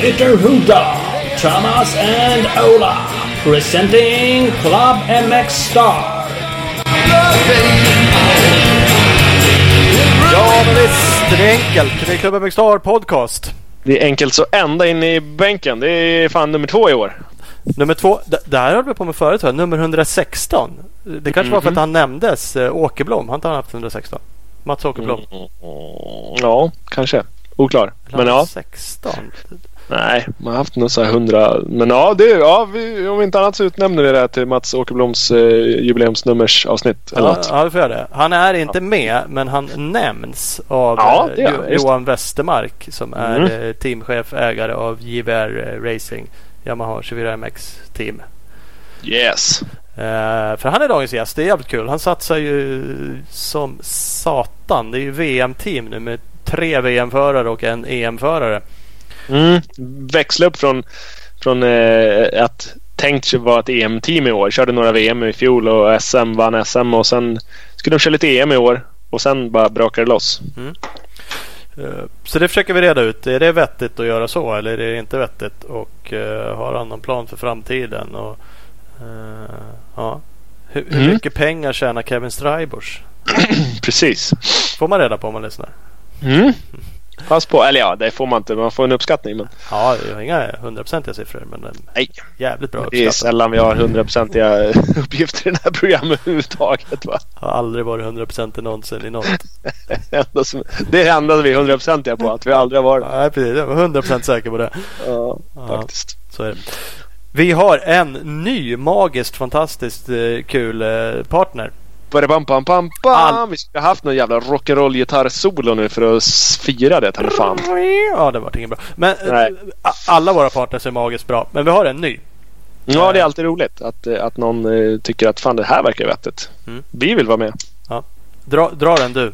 Peter Huda, Thomas and Ola, presenting Club MX Star. Ja, men visst, det är enkelt. Det är Club MX Star podcast. Det är enkelt så ända in i bänken. Det är fan nummer 2 i år. Nummer 2, det här höll vi på med förut, nummer 116. Det kanske var för att han nämndes, Åkerblom. Har inte han haft 116? Mats Åkerblom. Ja, kanske. Oklar. Men ja. 16? Nej, man har haft något så här 100. Men ja, om inte annat så utnämner vi det till Mats Åkerbloms jubileumsnummers avsnitt. Eller något. Ja, vi får göra det. Han är inte med, men han nämns av Johan Westermark som är teamchef, ägare av JVR Racing, Yamaha 24MX team. Yes. För han är dagens gäst. Det är jävligt kul. Han satsar ju som satan. Det är ju VM-team nu med 3 VM-förare och en EM-förare. Växla upp från att tänkt sig vara ett EM-team i år. Körde några VM i fjol och SM, vann SM och sen skulle de köra lite EM i år och sen bara brakar det loss. Så det försöker vi reda ut. Är det vettigt att göra så eller är det inte vettigt? Och har han någon plan för framtiden? Och hur mycket pengar tjänar Kevin Streibusch? Precis. Får man reda på om man lyssnar. Pass på, eller ja, det får man inte. Man får en uppskattning. Men... Ja, jag har inga 100% siffror, men nej, jävligt bra uppskattning. Det är sällan vi har 100% uppgifter i det här programmet överhuvudtaget, va? Har aldrig varit 100% någonsin i något. Det är det enda vi är 100% på, att vi aldrig har varit. Nej, precis. Jag var 100% säker på det. Ja, faktissk. Så är det. Vi har en ny, magiskt, fantastiskt kul partner. Vi skulle ha haft någon jävla rock'n'roll gitarr-solo nu för att fira det. Fan. Ja, det var inget bra. Men alla våra partners är magiskt bra. Men vi har en ny. Ja, det är alltid roligt att någon tycker att fan, det här verkar vettigt. Vi vill vara med. Ja. Dra den du.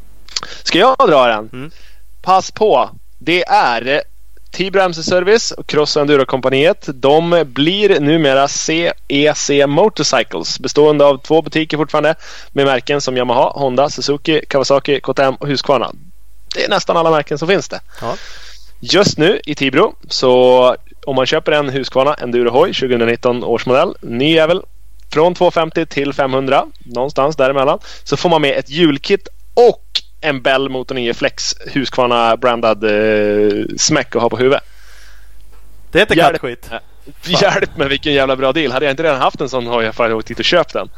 Ska jag dra den? Pass på. Det är Tibro MC Service och Cross Enduro-kompaniet. De blir numera CEC Motorcycles, bestående av 2 butiker fortfarande med märken som Yamaha, Honda, Suzuki, Kawasaki, KTM och Husqvarna. Det är nästan alla märken som finns det. Ja. Just nu i Tibro, så om man köper en Husqvarna Enduro Hoj 2019 års modell, ny jävel, från 250 till 500, någonstans däremellan, så får man med ett hjulkit och en Bell Motor 9 Flex Husqvarna brandad smäck att ha på huvudet. Det är inte kattskit. Hjälp med vilken jävla bra deal. Hade jag inte redan haft en sån har jag faktiskt åkt dit och köpt den.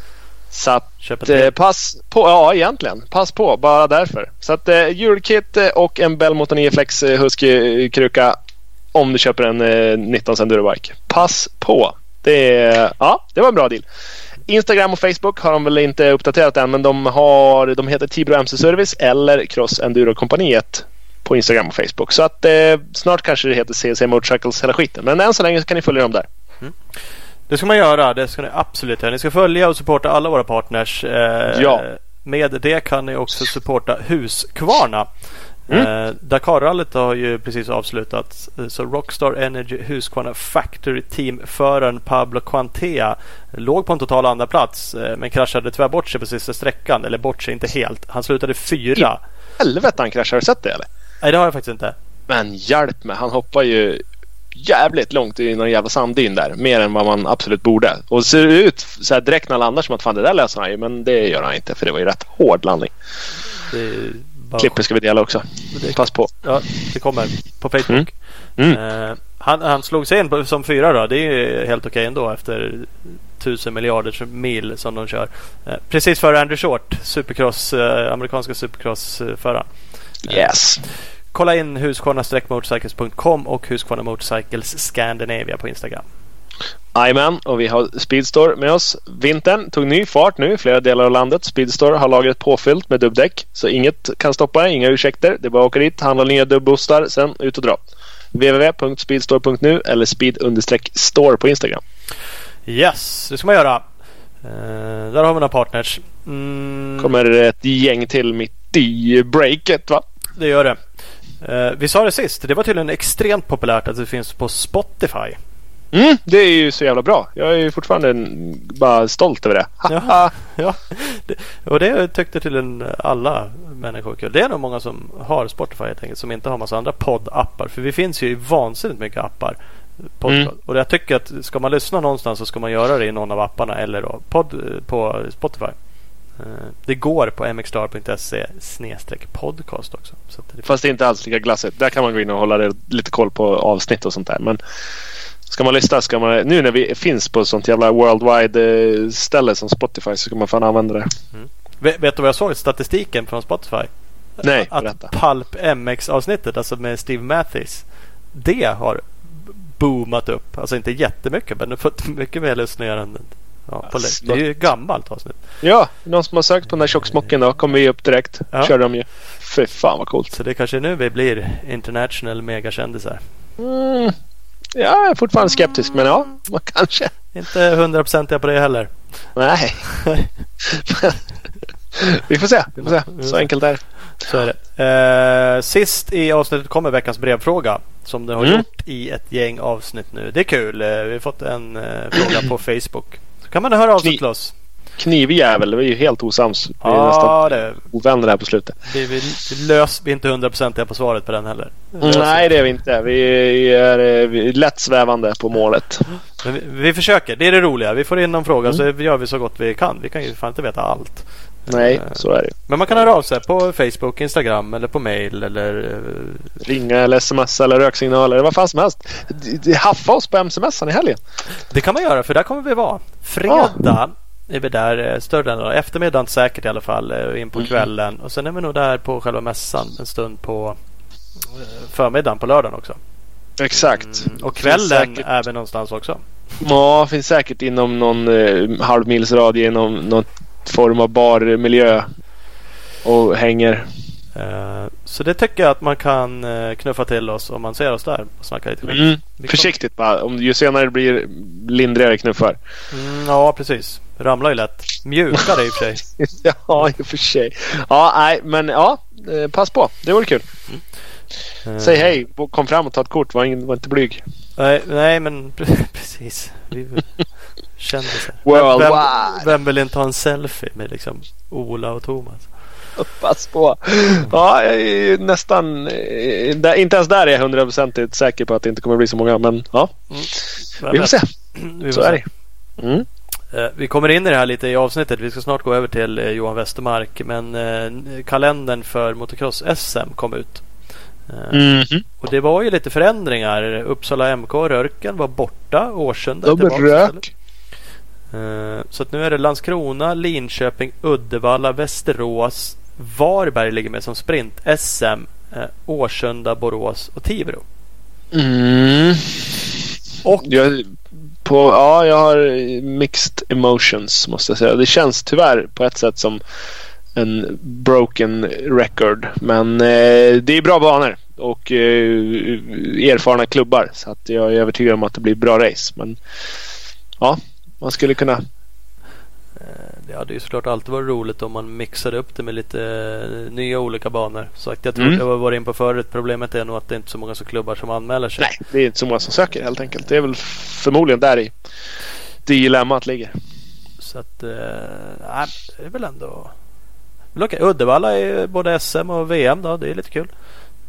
Så att pass på, ja egentligen. Pass på, bara därför. Så att hjulkit och en Bell Motor 9 Flex Husky-kruka om du köper en 19 Enduro-bike. Pass på. Det var en bra deal. Instagram och Facebook har de väl inte uppdaterat än, men de heter Tibro MC Service eller Cross Enduro-kompaniet på Instagram och Facebook. Så att snart kanske det heter CC Motorcycles hela skiten. Men än så länge så kan ni följa dem där. Det ska man göra, det ska ni absolut göra. Ni ska följa och supporta alla våra partners. Ja. Med det kan ni också supporta Husqvarna. Dakarrallyt har ju precis avslutats. Så Rockstar Energy Husqvarna Factory Team-föraren Pablo Quantea låg på en total andra plats, men kraschade tyvärr bort sig på sista sträckan. Eller bort sig inte helt. Han slutade 4. Helvete, han kraschade. Har du sett det eller? Nej, det har jag faktiskt inte. Men hjälp mig, han hoppar ju jävligt långt i någon jävla sanddyn där. Mer än vad man absolut borde. Och ser ut så här direkt när han landar som att fan det där läser han ju. Men det gör han inte, för det var ju rätt hård landning. Klippet ska vi dela också. Pass på. Ja, det kommer på Facebook. Han slog sig in som 4 då. Det är helt okej ändå efter 1000 miljarders mil som de kör. Precis före Andrew Short, supercross, amerikanska supercross-föraren. Yes. Kolla in husqvarna-motorcycles.com och Husqvarna Motorcycles Scandinavia på Instagram. Jajamän, och vi har Speedstore med oss. Vintern tog ny fart nu i flera delar av landet. Speedstore har lagret påfyllt med dubbdäck, så inget kan stoppa, inga ursäkter. Det är bara att åka dit, handla nya dubbboostar, sen ut och dra. www.speedstore.nu eller speed-store på Instagram. Yes, det ska man göra. Där har vi några partners. Kommer ett gäng till mitt i breaket, va? Det gör det. Vi sa det sist, det var tydligen extremt populärt att det finns på Spotify. Det är ju så jävla bra. Jag är ju fortfarande bara stolt över det. Ja. Och det tyckte till alla människor kul. Det är nog många som har Spotify helt enkelt, som inte har massa andra poddappar. För vi finns ju i vansinnigt mycket appar. Och jag tycker att ska man lyssna någonstans så ska man göra det i någon av apparna eller då på Spotify. Det går på mxstar.se/podcast också. Så fast det är inte alls lika glassigt. Där kan man gå in och hålla lite koll på avsnitt och sånt där. Men ska man lyssna, nu när vi finns på sånt jävla worldwide ställe som Spotify, så ska man fan använda det. Vet du vad jag såg? Statistiken från Spotify? Nej, att Pulp MX-avsnittet, alltså med Steve Matthews, det har boomat upp. Alltså inte jättemycket, men det har fått mycket mer lyssningar än det är ju gammalt avsnitt. Ja, någon som har sökt på den där tjocksmocken då kommer vi upp direkt. Kör de ju. Fy fan vad coolt. Så det kanske nu vi blir international megakändisar. Jag är fortfarande skeptisk, men ja, man kanske. Inte 100% på det heller. Nej. Vi får se. Så enkelt är det. Så är det. Sist i avsnittet kommer veckans brevfråga, som du har gjort i ett gäng avsnitt nu. Det är kul. Vi har fått en fråga på Facebook. Så kan man höra av sig till oss. Knivjävel, vi är ju helt osams. Vi är nästan ovänner här på slutet. Vi är inte 100% på svaret på den heller. Nej, det är vi inte. Vi är lätt svävande på målet. Men vi försöker, det är det roliga. Vi får in någon fråga så gör vi så gott vi kan. Vi kan ju fan inte veta allt. Nej, så är det. Men man kan höra av sig på Facebook, Instagram eller på mail eller ringa eller sms eller röksignaler eller vad fan som helst. Haffa oss på MSMSan i helgen. Det kan man göra, för där kommer vi vara. Fredag är vi där större än eftermiddagen säkert i alla fall, in på kvällen. Och sen är vi nog där på själva mässan en stund på förmiddagen på lördagen också. Exakt. Och kvällen är vi någonstans också. Ja, finns säkert inom någon halvmilsradie inom någon form av barmiljö och hänger. Så det tycker jag att man kan knuffa till oss om man ser oss där och snacka lite skit. Försiktigt bara, ju senare det blir lindrigare knuffar. Ja, precis. Ramlar ju lätt. Mjukare i och för sig. Ja, i och för sig. Ja, nej, men pass på. Det vore kul. Säg hej, kom fram och ta ett kort. Var inte blyg. Nej, men precis. Vi kände sig. Vem vill inte ha en selfie med liksom Ola och Thomas? Pass på. Ja, jag är nästan inte ens där är jag 100% säker på att det inte kommer bli så många, men ja. Vi får se. Så är det. Vi kommer in i det här lite i avsnittet. Vi ska snart gå över till Johan Westermark, men kalendern för motocross-SM kom ut. Och det var ju lite förändringar. Uppsala MK Rörken var borta. Årsunda rök. Så att nu är det Landskrona, Linköping, Uddevalla, Västerås, Varberg ligger med som sprint, SM, Årsunda, Borås och Tibro. Och jag har mixed emotions, måste jag säga. Det känns tyvärr på ett sätt som en broken record, men det är bra banor och erfarna klubbar, så att jag är övertygad om att det blir bra race. Men ja, man skulle kunna. Det hade ju såklart alltid varit roligt om man mixade upp det med lite nya olika banor. Så att jag tror att jag var in på förut. Problemet är nog att det inte är så många så klubbar som anmäler sig. Nej, det är inte så många som söker helt enkelt. Det är väl förmodligen där i dilemmat ligger. Så att det är väl ändå. Men okej, Uddevalla är både SM och VM då. Det är lite kul.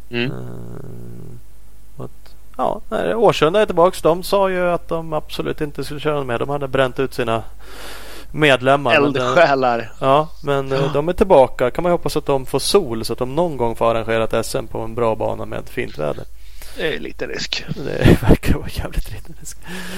Årsunda är tillbaka. De sa ju att de absolut inte skulle köra med. De hade bränt ut sina medlemmar. Eldsjälar. Men de är tillbaka. Kan man hoppas att de får sol så att de någon gång får arrangera ett SM på en bra bana med fint väder. Det är lite risk. Det verkar vara jävligt lite risk.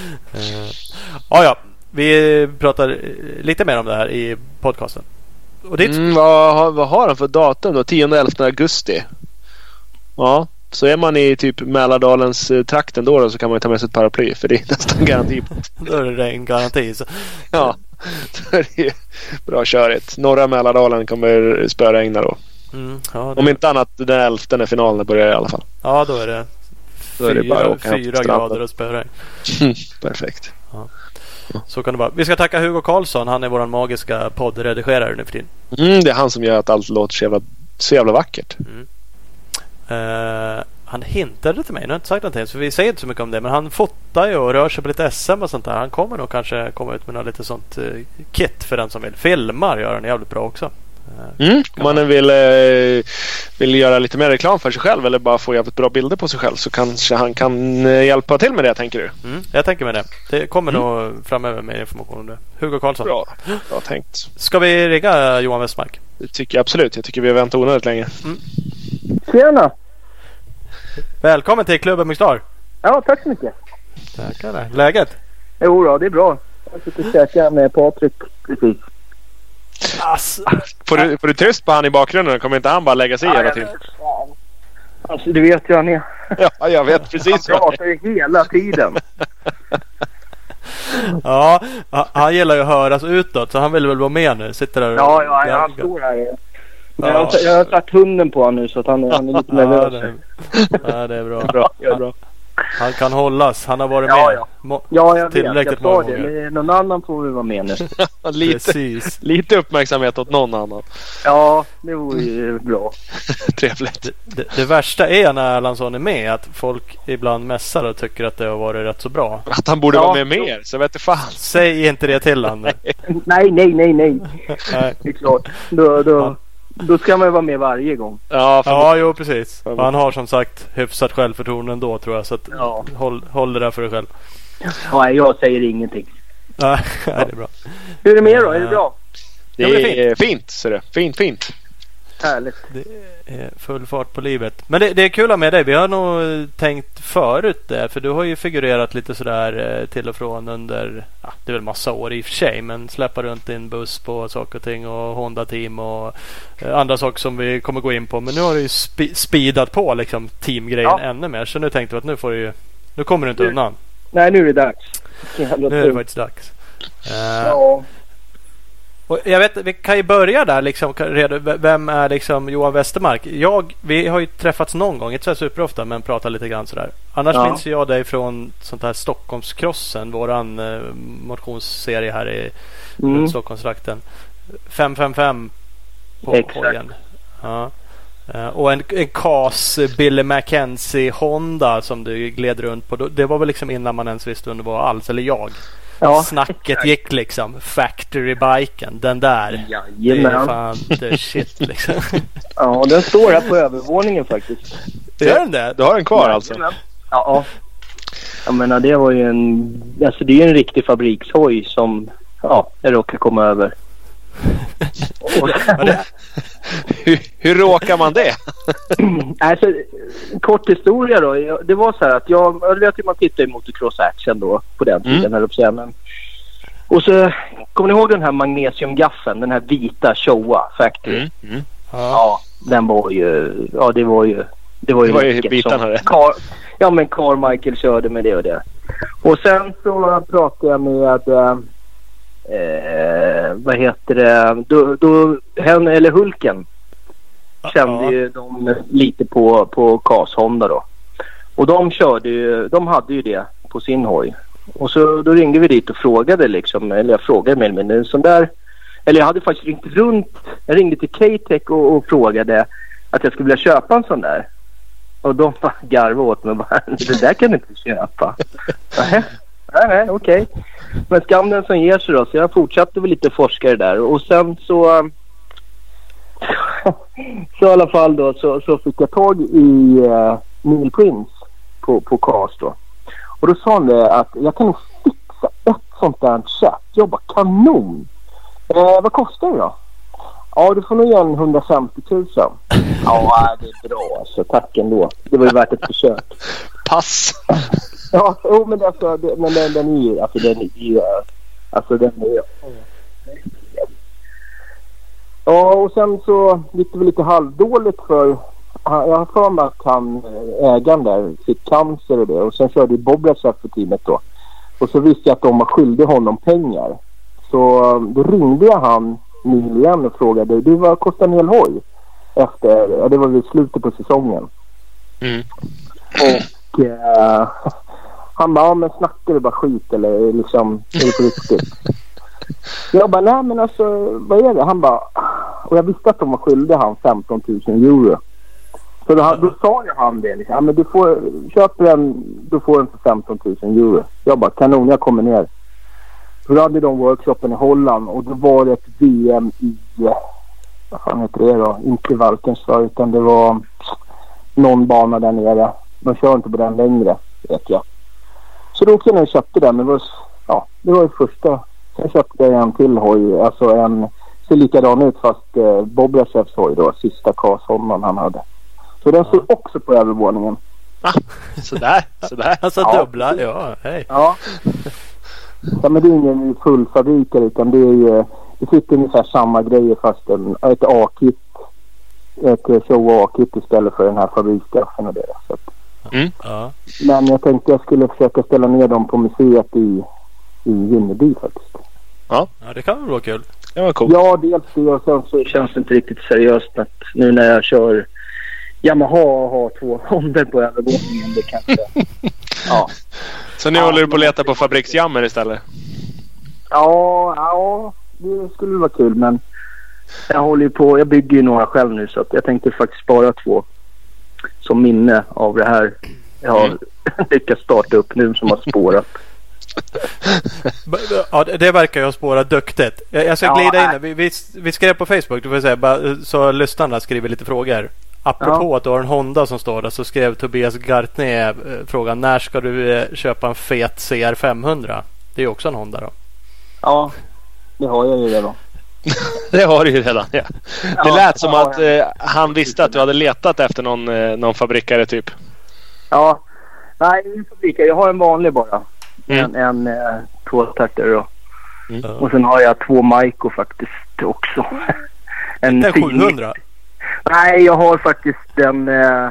Vi pratar lite mer om det här i podcasten. Och vad har de för datum då? 10-11 augusti. Ja, så är man i typ Mälardalens trakten då så kan man ta med sig ett paraply, för det är nästan garanti. Då är det en garanti. Så. Ja, då är det bra körigt. Norra Mälardalen kommer spöregna då. Om inte annat den 11 när finalen börjar i alla fall. Ja, då är det 4 grader och spöregn. Perfekt. Ja. Så kan det vara. Vi ska tacka Hugo Karlsson. Han är våran magiska poddredigerare nu för tiden. Det är han som gör att allt låter så jävla vackert. han hintade till mig, nu har jag inte sagt någonting så vi säger inte så mycket om det, men han fotar ju och rör sig på lite SM och sånt där. Han kommer nog kanske komma ut med något lite sånt kit för den som vill. Filmar gör han jävligt bra också. Om man vill göra lite mer reklam för sig själv eller bara få jävligt bra bilder på sig själv så kanske han kan hjälpa till med det, tänker du? Jag tänker med det. Det kommer nog framöver med information om det. Hugo Karlsson. Bra tänkt. Ska vi ringa Johan Westmark? Det tycker jag absolut. Jag tycker vi har väntat onödigt länge. Tjena! Välkommen till Club MX Star. Ja, tack så mycket. Tackar. Läget? Jo då, det är bra. Jag sitter och käkar med Patrik precis. Får du tyst på han i bakgrunden? Kommer inte han bara lägga sig i hela tiden? Alltså, du vet ju han är. Ja, jag vet precis. Han pratar ju hela tiden. Ja, han gillar ju att höras utåt så han vill väl vara med nu. Sitter där. Ja, han står här. Jag har tagit hunden på honom nu så att han är lite nervös. Ja, det är bra. Han kan hållas. Han har varit med. Ja, jag tillräckligt vet. Jag sa det. Någon annan får väl vara med nu. lite uppmärksamhet åt någon annan. Ja, det vore ju bra. Trevligt. Det värsta är när Erlandsson är med att folk ibland mässar och tycker att det har varit rätt så bra. Att han borde vara med mer, så vet du fan. Säg inte det till han. Nej. Det är klart. Då ska man ju vara med varje gång. Ja, jo precis. Han har som sagt hyfsat självförtroende ändå tror jag. Så att håll det där för dig själv. Ja, jag säger ingenting. Nej, det är bra. Hur är det med då? Är det bra? Det är fint, så det. Fint. Härligt. Det är full fart på livet. Men det är kul med dig. Vi har nog tänkt förut det. För du har ju figurerat lite sådär till och från under, det är väl massa år i och för sig. Men släppa runt din buss på saker och ting och Honda-team och andra saker som vi kommer gå in på. Men nu har du ju speedat på liksom teamgrejen ännu mer. Så nu tänkte vi att nu kommer du inte undan. Nej, nu är det dags. Nu är det faktiskt dags. Och jag vet, vi kan ju börja där liksom, vem är liksom Johan Westermark? Vi har ju träffats någon gång, inte så superofta, men pratar lite grann sådär. Annars minns jag dig från sånt här Stockholmskrossen, våran motionsserie här i Stockholmstrakten. 555 på hojen. Ja. Och en KAS Billy Mackenzie Honda som du gled runt på. Det var väl liksom innan man ens visste vem det var alls, eller jag. Ja, snacket gick liksom factory-biken, den där. Det är fan the shit liksom. Ja, den står här på övervåningen faktiskt. Gör den det? Du har den kvar alltså? Ja. Jag menar, det var ju det är en riktig fabrikshoj som jag råkar komma över. Hur råkar man det? Alltså, kort historia då. Det var så här att jag vet att man tittar i Motocross Action då på den tiden här uppe. Men och så kommer ni ihåg den här magnesiumgaffeln, den här vita Showa Factory. Ja, den var ju det var ju bitan här. Men Carmichael körde med det och det. Och sen så pratade jag med vad heter det då eller Hulken kände ju de lite på KAS Honda då. Och de hade ju det på sin hoj. Och så då ringde vi dit och frågade liksom, eller jag frågade med en sån där, eller jag hade faktiskt ringt runt. Jag ringde till K-Tech och frågade att jag skulle vilja köpa en sån där. Och de bara garvade åt mig bara, det där kan du inte köpa. Nej, okej. Men skam den som ger sig då. Så jag fortsatte väl lite forskare där. Och sen så i alla fall då så fick jag tag i Neil Prince på KAS då. Och då sa han det att jag kan fixa ett sånt där sätt. Jag bara, kanon. Vad kostar det då? Ja, du får nog göra 150 000. Ja, det är bra alltså. Tack ändå. Det var ju värt ett försök. Pass. Ja, men alltså, den är ju, alltså den är ju, Ja, och sen så gick det väl lite halvdåligt för jag har för mig att ägaren där fick cancer och det. Och sen körde Bobbrasar för teamet då. Och så visste jag att de var skyldiga honom pengar. Så då ringde jag han igen och frågade, du, vad kostar en hel hoj? Det var vid slutet på säsongen. Och han bara, men snackar du bara skit eller liksom, är det på riktigt? Jag bara, nej men alltså, vad är det? Han bara, och jag visste att de var skyldiga han 15 000 euro. Så då sa ju han det liksom, men du får köpa den, du får den för 15 000 euro. Jag bara, kanon, jag kommer ner. Så då hade de workshopen i Holland och då var det ett VM i, vad fan heter det då? Inte Valkensvall, utan det var någon bana där nere. Man kör inte på den längre, vet jag. Så då åkte jag ner och köpte den. Det var det första. Sen köpte jag en till hoj, alltså en ser likadan ut fast Bobrachevs hoj då, sista KAS-Hondan han hade. Så den stod också på övervåningen. Sådär. Alltså ja, dubbla, ja, hej. Ja. Ja, men det är ingen full fabrikare utan det är ju, det sitter ungefär samma grejer fast ett A-kit, ett show A-kit istället för den här fabriksgaffen och det. Så att. Ja. Men jag tänkte jag skulle försöka ställa ner dem på museet i Vimmerby faktiskt. Ja, Det kan väl vara kul. det var coolt. Ja, dels det och sen så känns det inte riktigt seriöst att nu när jag kör Yamaha och har 2 Honda på övervåningen, det kanske... Ja. Så nu håller du på att leta på fabriksjammer istället? Ja, det skulle vara kul, men jag bygger ju några själv nu så att jag tänkte faktiskt spara 2 som minne av det här jag har lyckats starta upp nu som har spårat. Ja, det verkar ju ha spårat duktigt. Jag ska glida in. Vi skrev på Facebook, du får säga, bara, så lyssnarna skriver lite frågor. Apropå att du har en Honda som står där, så skrev Tobias Gartner frågan, när ska du köpa en fet CR500? Det är ju också en Honda då. Ja, det har jag ju redan. Det har du ju redan, ja. Det lät som att han visste att du hade letat efter någon fabrikare typ. Ja, nej, ingen fabrikare. Jag har en vanlig bara. En 2-takter då. Och sen har jag 2 Maiko faktiskt också. En 700? Nej, jag har faktiskt en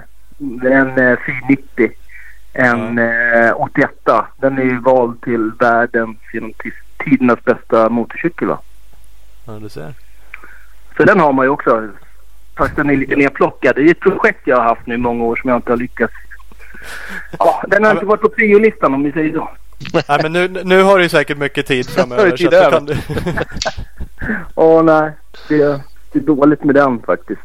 490. En 88. Den är ju vald till världens genom tidernas bästa motorcykel, va? Ja, du ser. Så den har man ju också. Fast den är lite nerplockad. Det är ett projekt jag har haft nu i många år som jag inte har lyckats. Ja, den har inte varit på priolistan om vi säger så. Nej, men nu har du säkert mycket tid framöver. Tid så kan du... nej. Det är dåligt med den faktiskt.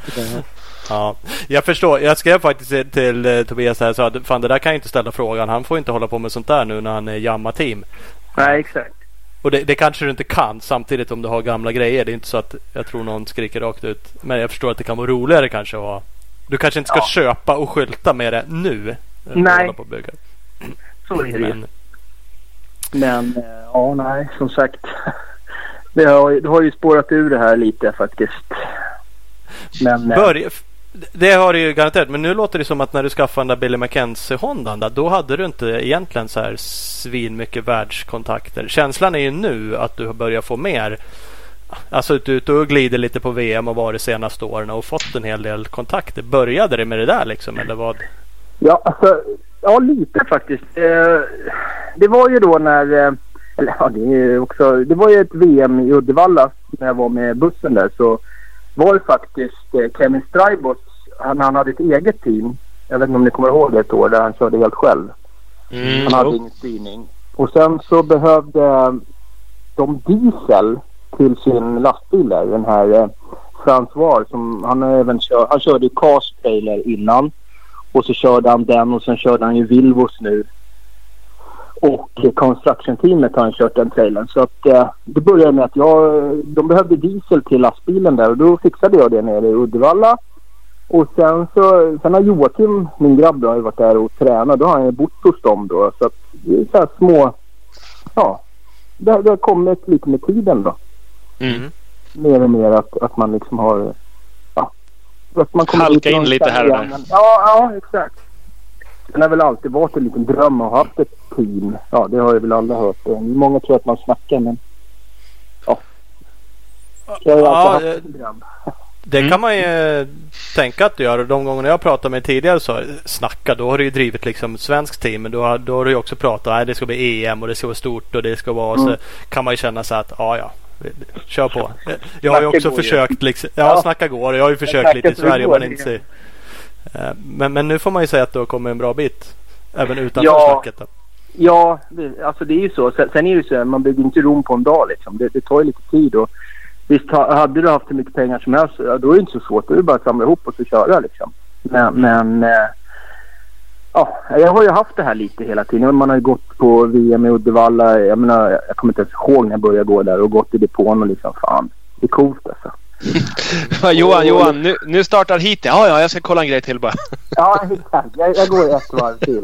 Ja, jag förstår. Jag skrev faktiskt till Tobias här så att fan, det där kan jag inte ställa frågan. Han får inte hålla på med sånt där nu när han är Yamaha-team. Nej, exakt. Och det kanske du inte kan samtidigt om du har gamla grejer. Det är inte så att jag tror någon skriker rakt ut. Men jag förstår att det kan vara roligare kanske att ha. Du kanske inte ska köpa och skylta med det nu. Nej. På bygga. Så är det. Men nej, som sagt. Det har ju spårat ur det här lite faktiskt. Men det har det ju garanterat. Men nu låter det som att när du skaffade den där Billy Mackenzie Hondan, då hade du inte egentligen så här svin mycket världskontakter. Känslan är ju nu att du har börjat få mer. Alltså du glider lite på VM och var det senaste åren och fått en hel del kontakter. Började det med det där liksom, eller vad? Ja, alltså, lite faktiskt. Det var ju då när det var ju ett VM i Uddevalla när jag var med bussen där, så var det faktiskt Kevin Strybos, han hade ett eget team. Jag vet inte om ni kommer ihåg det, ett år där han körde helt själv. Han hade ingen styrning. Och sen så behövde de diesel till sin lastbil där, den här François, som han körde ju Cars trailer innan. Och så körde han den och sen körde han ju Vilvos nu. Och Construction-teamet har han kört den trailern. Så att det började med att de behövde diesel till lastbilen där. Och då fixade jag det nere i Uddevalla. Och sen har Joakim, min grabb då, har ju varit där och tränat. Då har han ju bott hos dem då. Så att det är så här små... Ja, det har kommit lite med tiden då. Mer och mer att man liksom har... Ja, att man kommer halka in lite här och där. Ja, exakt. Det har väl alltid varit en liten dröm att ha haft ett team. Ja, det har jag väl alla hört. Många tror att man snackar, men... Ja. Jag har alltid haft en dröm. Det kan man ju tänka att du gör. De gånger jag pratade med tidigare så snacka, då har du ju drivit liksom svenskt team, men då har du ju också pratat det ska bli EM och det ska vara stort och det ska vara så kan man ju känna så att kör på. Jag har ju också försökt liksom, snacka går. Jag har ju försökt lite i Sverige men inte. Men nu får man ju säga att du har kommit en bra bit även utanför snacket då. Ja, alltså det är ju så. Sen är det ju så, man bygger inte Rom på en dag liksom. Det tar ju lite tid och visst, hade du haft hur mycket pengar som helst, då är det inte så svårt. Då är det bara att samla ihop och så köra liksom. Men ja, jag har ju haft det här lite hela tiden. Man har ju gått på VM i Uddevalla. Jag menar, jag kommer inte ens ihåg när jag började gå där och gått i depån och liksom fan, det är coolt alltså. Johan, nu startar hit. Ja, jag ska kolla en grej till bara. Ja, jag går ett varv till.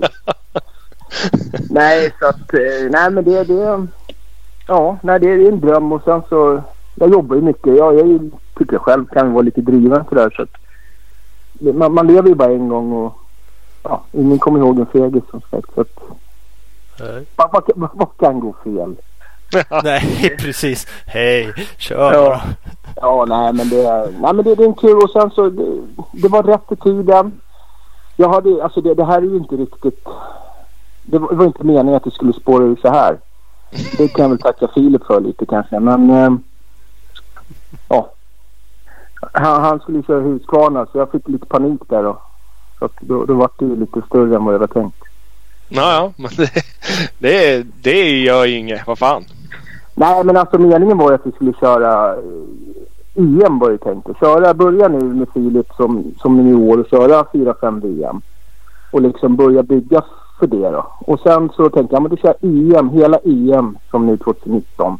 Nej, så att nej, men det ja, nej, det är en dröm. Och sen så jag jobbar ju mycket. Jag tycker jag själv kan vara lite driven för det här, så att man lever ju bara en gång och ja, ingen kommer ihåg en fegis som sagt, så att vad kan gå fel? Nej, precis. Hej, kör. Ja, nej men det är en kul. Och sen så det var rätt i tiden. Jag hade, alltså det här är ju inte riktigt, det var inte meningen att det skulle spåra ut så här. Det kan jag väl tacka Filip för lite kanske, men ja, han skulle köra Husqvarna, så jag fick lite panik där då. Så att då var det ju lite större än vad jag hade tänkt. Ja, men det gör ju inget. Vad fan? Nej, men alltså meningen var att vi skulle köra EM, var det tänkt. Börja nu med Filip som junior och köra 4-5 VM. Och liksom börja bygga för det då. Och sen så tänkte jag, men då kör EM, hela EM som nu 2019.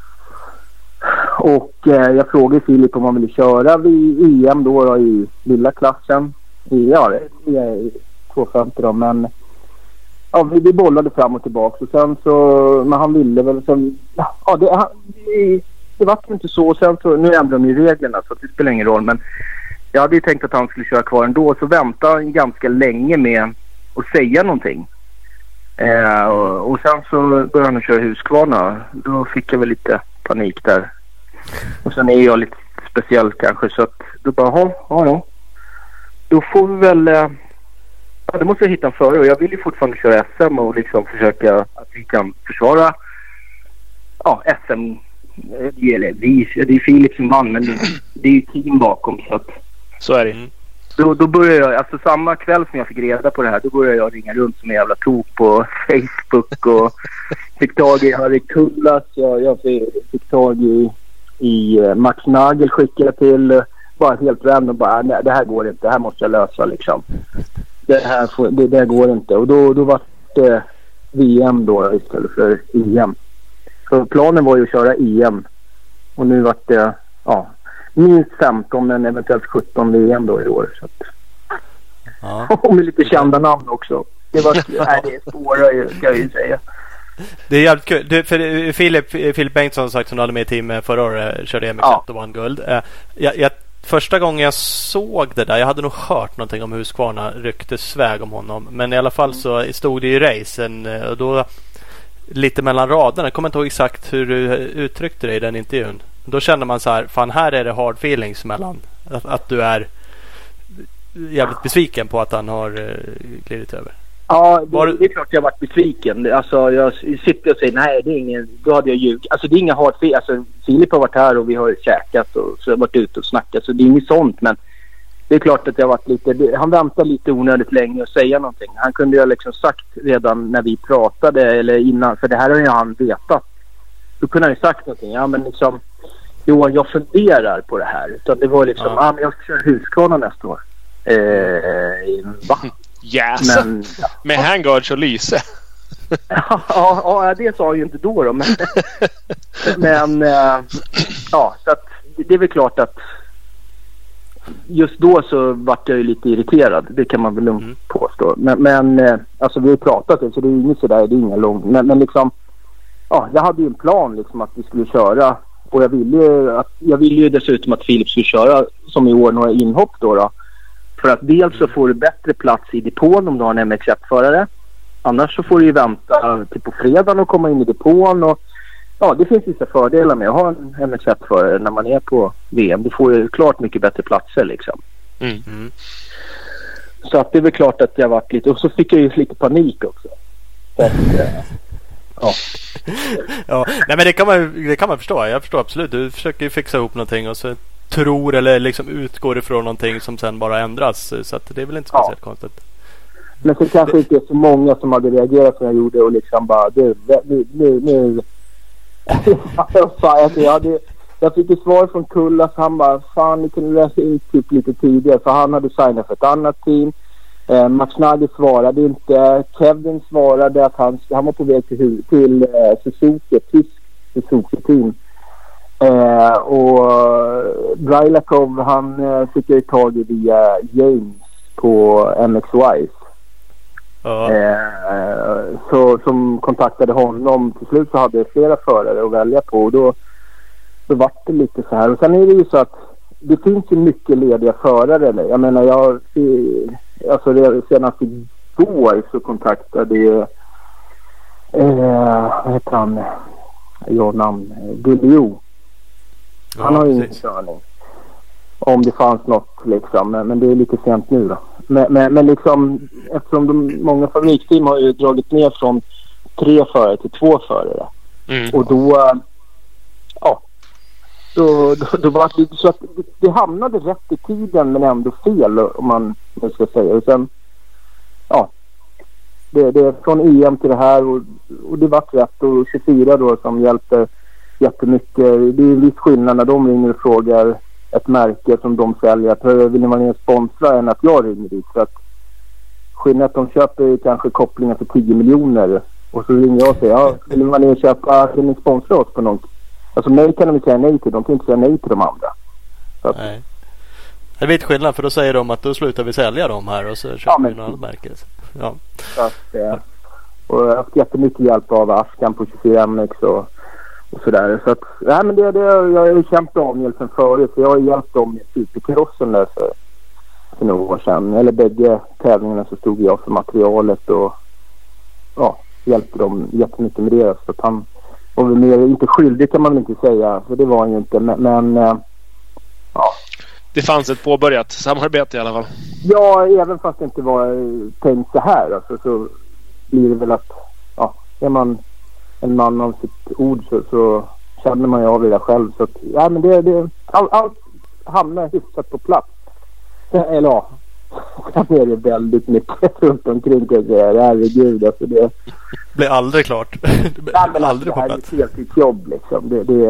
Och jag frågade Filip om han ville köra vid EM då i lilla klassen. Ja, det är 250 då, men ja, vi bollade fram och tillbaka. Och sen så, men han ville väl sen, ja, det var inte så. Och sen så, nu ändrar de ju reglerna så det spelar ingen roll, men jag hade ju tänkt att han skulle köra kvar ändå. Så väntade han ganska länge med att säga någonting. Och sen så började han köra Husqvarna. Då fick jag väl lite panik där. Och sen är jag lite speciell kanske, så att då bara, ja. Då får vi väl, ja, det måste jag hitta före. Och jag vill ju fortfarande köra SM och liksom försöka att vi kan försvara SM. Det är Filip som vann, men det är ju team bakom, så att så är det. Då började jag, alltså samma kväll som jag fick reda på det här, då började jag ringa runt som en jävla tok på Facebook och fick tag i Harry Kullas, jag fick tag i Max Nagel, skickade till bara helt random, bara nej, det här går inte, det här måste jag lösa liksom. Det går inte. Och då var det VM då istället för EM. Så planen var ju att köra EM. Och nu var det minst 15 men eventuellt 17 VM då i år. Så att, och med lite kända namn också. Det var det är svåra ju, ska jag ju säga. Det är jävligt kul. För Filip Bengtsson sagt som du hade med i team förra året, körde MX1 och vann guld. Första gången jag såg det där, jag hade nog hört någonting om Husqvarna, ryktesväg om honom. Men i alla fall så stod det i racen och då lite mellan raderna. Jag kommer inte ihåg exakt hur du uttryckte det i den intervjun. Då kände man så här, fan här är det hard feelings mellan att du är jävligt besviken på att han har glidit över. Ja, det är klart jag har varit besviken. Alltså jag sitter och säger nej, det är ingen, då hade jag ljug. Alltså det är inga hard feelings. Alltså Filip har varit här och vi har käkat och så har varit ute och snackat, så det är inget sånt, men det är klart att jag har varit lite, han väntar lite onödigt länge att säga någonting. Han kunde ju liksom sagt redan när vi pratade eller innan, för det här har ju han vetat. Då kunde han ju sagt någonting. Ja, men liksom, Johan, jag funderar på det här. Utan det var liksom, men jag ska köra Husqvarna nästa år. Va? Yes. Med handguards och lyse. ja, det sa jag ju inte då. Men ja, så att det är väl klart att just då så vart jag ju lite irriterad. Det kan man väl påstå. Men alltså vi har pratat det, så det är inget sådär, det är inga långt. Men liksom, ja, jag hade ju en plan liksom att vi skulle köra. Och jag ville ju dessutom att Filip skulle köra som i år några inhopp då. För att dels så får du bättre plats i depån om du har en MX1-förare. Annars så får du ju vänta till på fredagen och komma in i depån. Och ja, det finns vissa fördelar med att ha en MX1-förare när man är på VM. Du får ju klart mycket bättre platser liksom. Så att det är väl klart att jag varit lite... Och så fick jag ju lite panik också. Så att, ja, nej, men det kan man förstå. Jag förstår absolut. Du försöker ju fixa ihop någonting och så tror eller liksom utgår ifrån någonting som sen bara ändras, så att det är väl inte speciellt konstigt. Men så kanske inte så många som hade reagerat som jag gjorde och liksom bara nu jag jag fick ett svar från Kullas. Han bara, fan ni kunde läsa in typ lite tidigare. För han hade signat för ett annat team. Max Nagy svarade inte. Kevin svarade att han var på väg till Suzuki, ett tysk Suzuki-team. Och Brylakov, han fick jag tag i via James på MXY. Så som kontaktade honom. Till slut så hade jag flera förare att välja på. Och då var det lite så här. Och sen är det ju så att det finns ju mycket lediga förare. Jag menar, senast igår så kontaktade vad heter han? Gullio. Han har ju ingen körning. Om det fanns något liksom. Men det är lite sent nu då. Men liksom, eftersom många fabriksteam har ju dragit ner från 3 förare till 2 förare. Och då var det så att det hamnade rätt i tiden men ändå fel, om man ska säga. Och sen det är från EM till det här och det var rätt. Och 24 då som hjälper jättemycket. Det är en viss skillnad när de ringer och frågar ett märke som de säljer att vill man sponsra än att jag ringer dit. Så att skillnad att de köper kanske kopplingar för 10 miljoner och så ringer jag och säger vill man köpa, vill ni sponsra oss på något? Alltså mig kan de säga nej till, de kan inte säga nej till de andra. Så att, nej. Det är lite skillnad, för då säger de att då slutar vi sälja dem här och så köper vi något annat märke. Ja. Så att, och jag har haft jättemycket hjälp av Askan på 24MX och sådär. Så att, men jag har ju kämpat om hjälpen förut. För jag har hjälpt dem i Supercrossen där för några år sedan. Eller bägge tävlingarna så stod jag för materialet och hjälpte dem jättemycket med det. Så att han var väl mer, inte skyldig kan man inte säga. För det var han ju inte. Men det fanns ett påbörjat samarbete i alla fall. Ja, även fast det inte var tänkt så här. Alltså, så blir det väl att är man en man av sitt ord så känner man ju av det själv. Så att, men allt hamnar hyfsat på plats. Eller sen är det väldigt mycket runt omkring. Herregud, alltså det blir aldrig klart. Det blir aldrig på plats. Det är ett heltidsjobb liksom. Det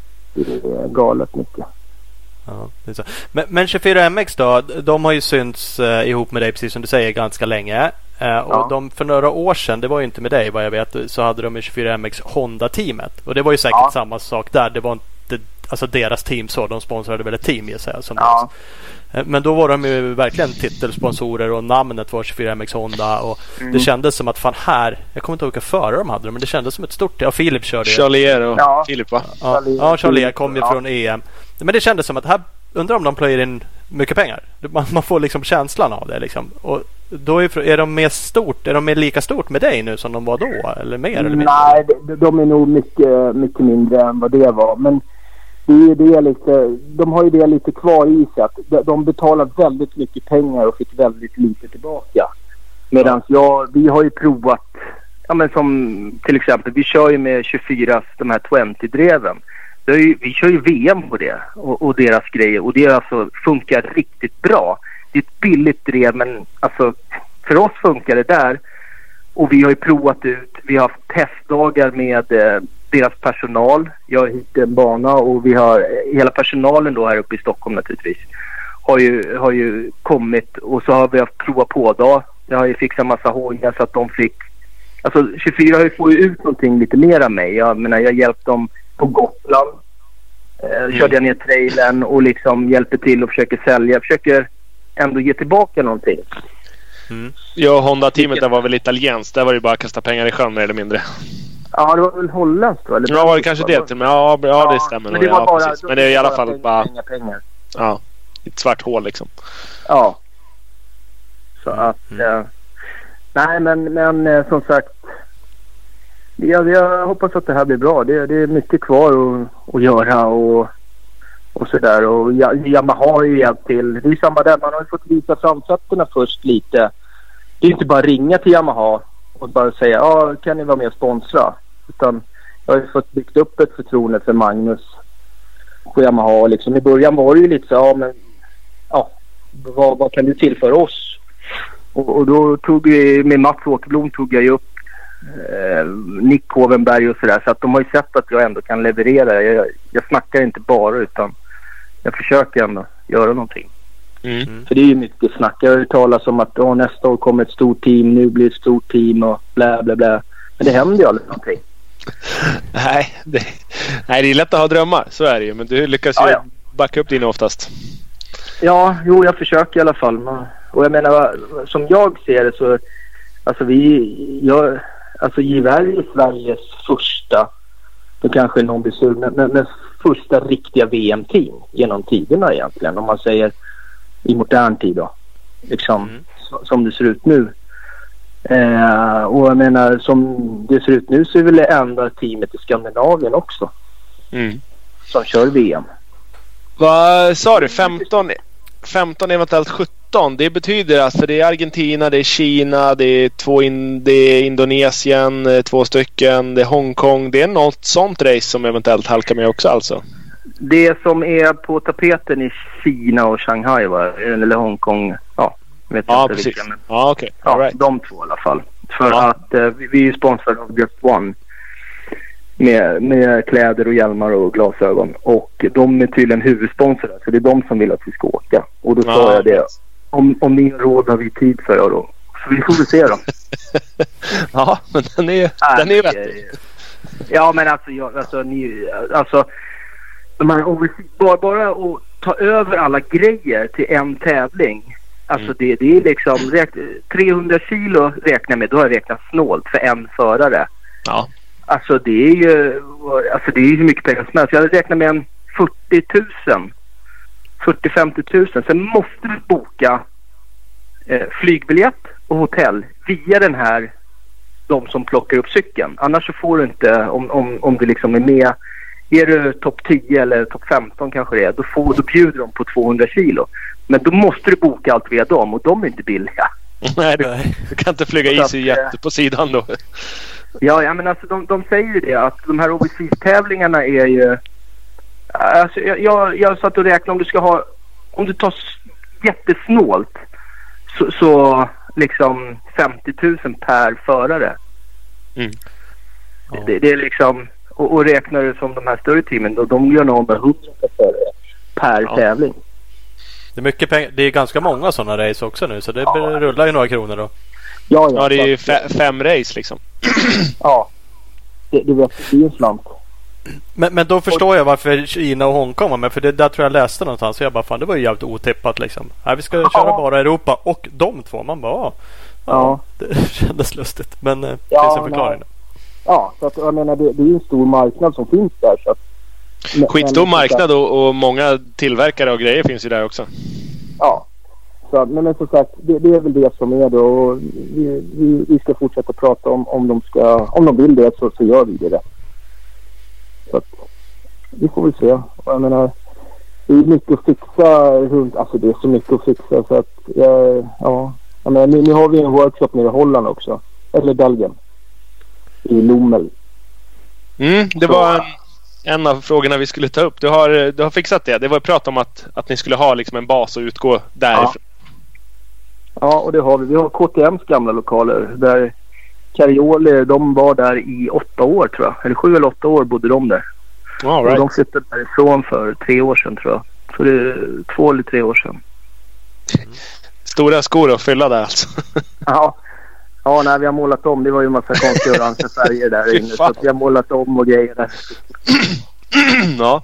är galet mycket. Ja, det är så. Men 24MX då, de har ju synts ihop med dig, precis som du säger, ganska länge. Och de för några år sedan, det var ju inte med dig vad jag vet, så hade de 24MX Honda-teamet. Och det var ju säkert samma sak där. Det var inte deras team så, de sponsrade väl ett team i sig som deras. Men då var de ju verkligen titelsponsorer och namnet var 24MX Honda och det kändes som att fan här, jag kommer inte ihåg vilka förare de hade, men det kändes som ett stort, Philip körde ju. Charlier och Philip va? Ja, Charlier kom ju från EM. Men det kändes som att här, undrar om de plöjer in mycket pengar. Man får liksom känslan av det liksom. Och då är de mer stort, är de mer lika stort med dig nu som de var då? Eller mer eller mindre? Nej, de är nog mycket mindre än vad det var. Men det är lite, de har ju det lite kvar i sig att de betalar väldigt mycket pengar och fick väldigt lite tillbaka. Medan vi har ju provat, men som till exempel, vi kör ju med 24 de här 20-dreven. Vi kör ju VM på det och deras grejer och det alltså funkar riktigt bra. Det är ett billigt drev, men alltså för oss funkar det där. Och vi har ju provat ut, vi har haft testdagar med deras personal. Jag har hittat en bana och vi har hela personalen då här uppe i Stockholm naturligtvis har ju kommit och så har vi haft prova på dag. Jag har ju fixat massa hojar så att de fick, alltså 24 har ju fått ut någonting lite mer av mig. Jag menar, jag hjälpte dem på Gotland. Körde jag ner trailern och liksom hjälper till och försöker sälja. Jag försöker ändå ge tillbaka någonting. Ja, Honda-teamet där var väl italienskt. Där var det bara att kasta pengar i sjön mer eller mindre. Ja, det var väl holländskt eller? Ja, var det kanske det till. Men ja, det stämmer. Men det var bara, precis. Men det är i alla fall bara pengar. Ja, ett svart hål liksom. Ja. Så att nej, men som sagt, jag hoppas att det här blir bra. Det är mycket kvar att göra och sådär. Och Yamaha har ju hjälpt till. Det är samma där, man har ju fått visa framfötterna först lite. Det är inte bara ringa till Yamaha och bara säga, kan ni vara med och sponsra? Utan jag har ju fått byggt upp ett förtroende för Magnus på Yamaha. Liksom. I början var det ju lite så, vad kan du tillföra oss? Och då tog vi, med Mats Åkerblom tog jag ju upp Nick Kovenberg och sådär. Så att de har ju sett att jag ändå kan leverera. Jag snackar inte bara, utan jag försöker ändå göra någonting. För det är ju mycket snack. Jag har ju talat om att nästa år kommer ett stort team, nu blir det ett stort team och bla bla bla. Men det händer ju aldrig någonting. Nej, det är lätt att ha drömmar, så är det ju. Men du lyckas ju backa upp dina oftast. Ja, jo, jag försöker i alla fall. Och jag menar, som jag ser det så, alltså Givär är Sveriges första, då kanske någon blir sur, men första riktiga VM-team genom tiderna egentligen, om man säger i modern tid då. Liksom, som det ser ut nu. Och jag menar, som det ser ut nu så är väl det enda teamet i Skandinavien också som kör VM. Vad sa du? 15 eventuellt 17. Det betyder alltså det är Argentina, det är Kina, det är Indonesien, 2 stycken, det är Hongkong. Det är något sånt race som eventuellt halkar med också alltså. Det som är på tapeten i Kina och Shanghai, va? Eller Hongkong, vet inte precis. vilka, men Okej. Right. De 2 i alla fall. För att vi är ju sponsrade av Just One med kläder och hjälmar och glasögon. Och de är tydligen huvudsponsrade, så det är de som vill att vi ska åka. Och då sa jag det. Om ni har råd har vi tid, för jag då. Så vi får väl se då. Ja, men den är ju vettig. Ja, men alltså de här bara att ta över alla grejer till en tävling. Alltså det är liksom 300 kilo räknar med, då har jag räknat snålt för en förare. Ja. Alltså det är ju hur mycket pengar som helst. Jag hade räknat med en 40-50 000. Sen måste du boka flygbiljett och hotell via de som plockar upp cykeln. Annars så får du inte, om du liksom är med. Är du topp 10 eller topp 15 kanske det är, då bjuder de på 200 kilo. Men då måste du boka allt via dem, och de är inte billiga. Nej, du kan inte flyga EasyJet på sidan då. Ja, men alltså de säger ju det, att de här overseas-tävlingarna är ju... Alltså jag satt och räknade, om du tar jättesnålt så liksom 50 000 per förare. Det är liksom... Och räknar du som de här större teamen, då de gör nog med 100 förare per tävling. Det är mycket pengar. Det är ganska många sådana race också nu, så det rullar ju några kronor då. Ja, det är ju 5 race liksom. Ja, det vet jag, en slant. Men då förstår jag varför Kina och Hongkong var med, för det där tror jag läste någonstans, så jag bara, fan, det var ju jävligt otippat liksom. Vi ska köra bara Europa och de 2, man bara det kändes lustigt, men det finns en förklaring. Ja, så att jag menar, det är en stor marknad som finns där, så att, skitstor marknad och många tillverkare och grejer finns ju där också. Ja, så, men som sagt, det är väl det som är då, och vi ska fortsätta prata om de vill det, så gör vi det. Så att, vi får väl se. Och jag menar, det är mycket att fixa runt, alltså det är så mycket att fixa, så att jag menar, nu har vi en workshop nere i Holland också, eller Belgien, i Lommel. Det var en av frågorna vi skulle ta upp. Du har fixat det. Det var prat om att ni skulle ha liksom en bas och utgå därifrån. Ja, och det har vi. Vi har KTMs gamla lokaler där Carioli, de var där i 8 år tror jag. Eller 7 eller 8 år bodde de där. All right. Och de flyttade därifrån för 3 år sedan tror jag. Så det är 2 eller 3 år sedan. Stora skor att fylla där alltså. Ja, nej, vi har målat om. Det var ju en massa konstiga orange färger där inne. Så att vi har målat om och grejer där. Ja.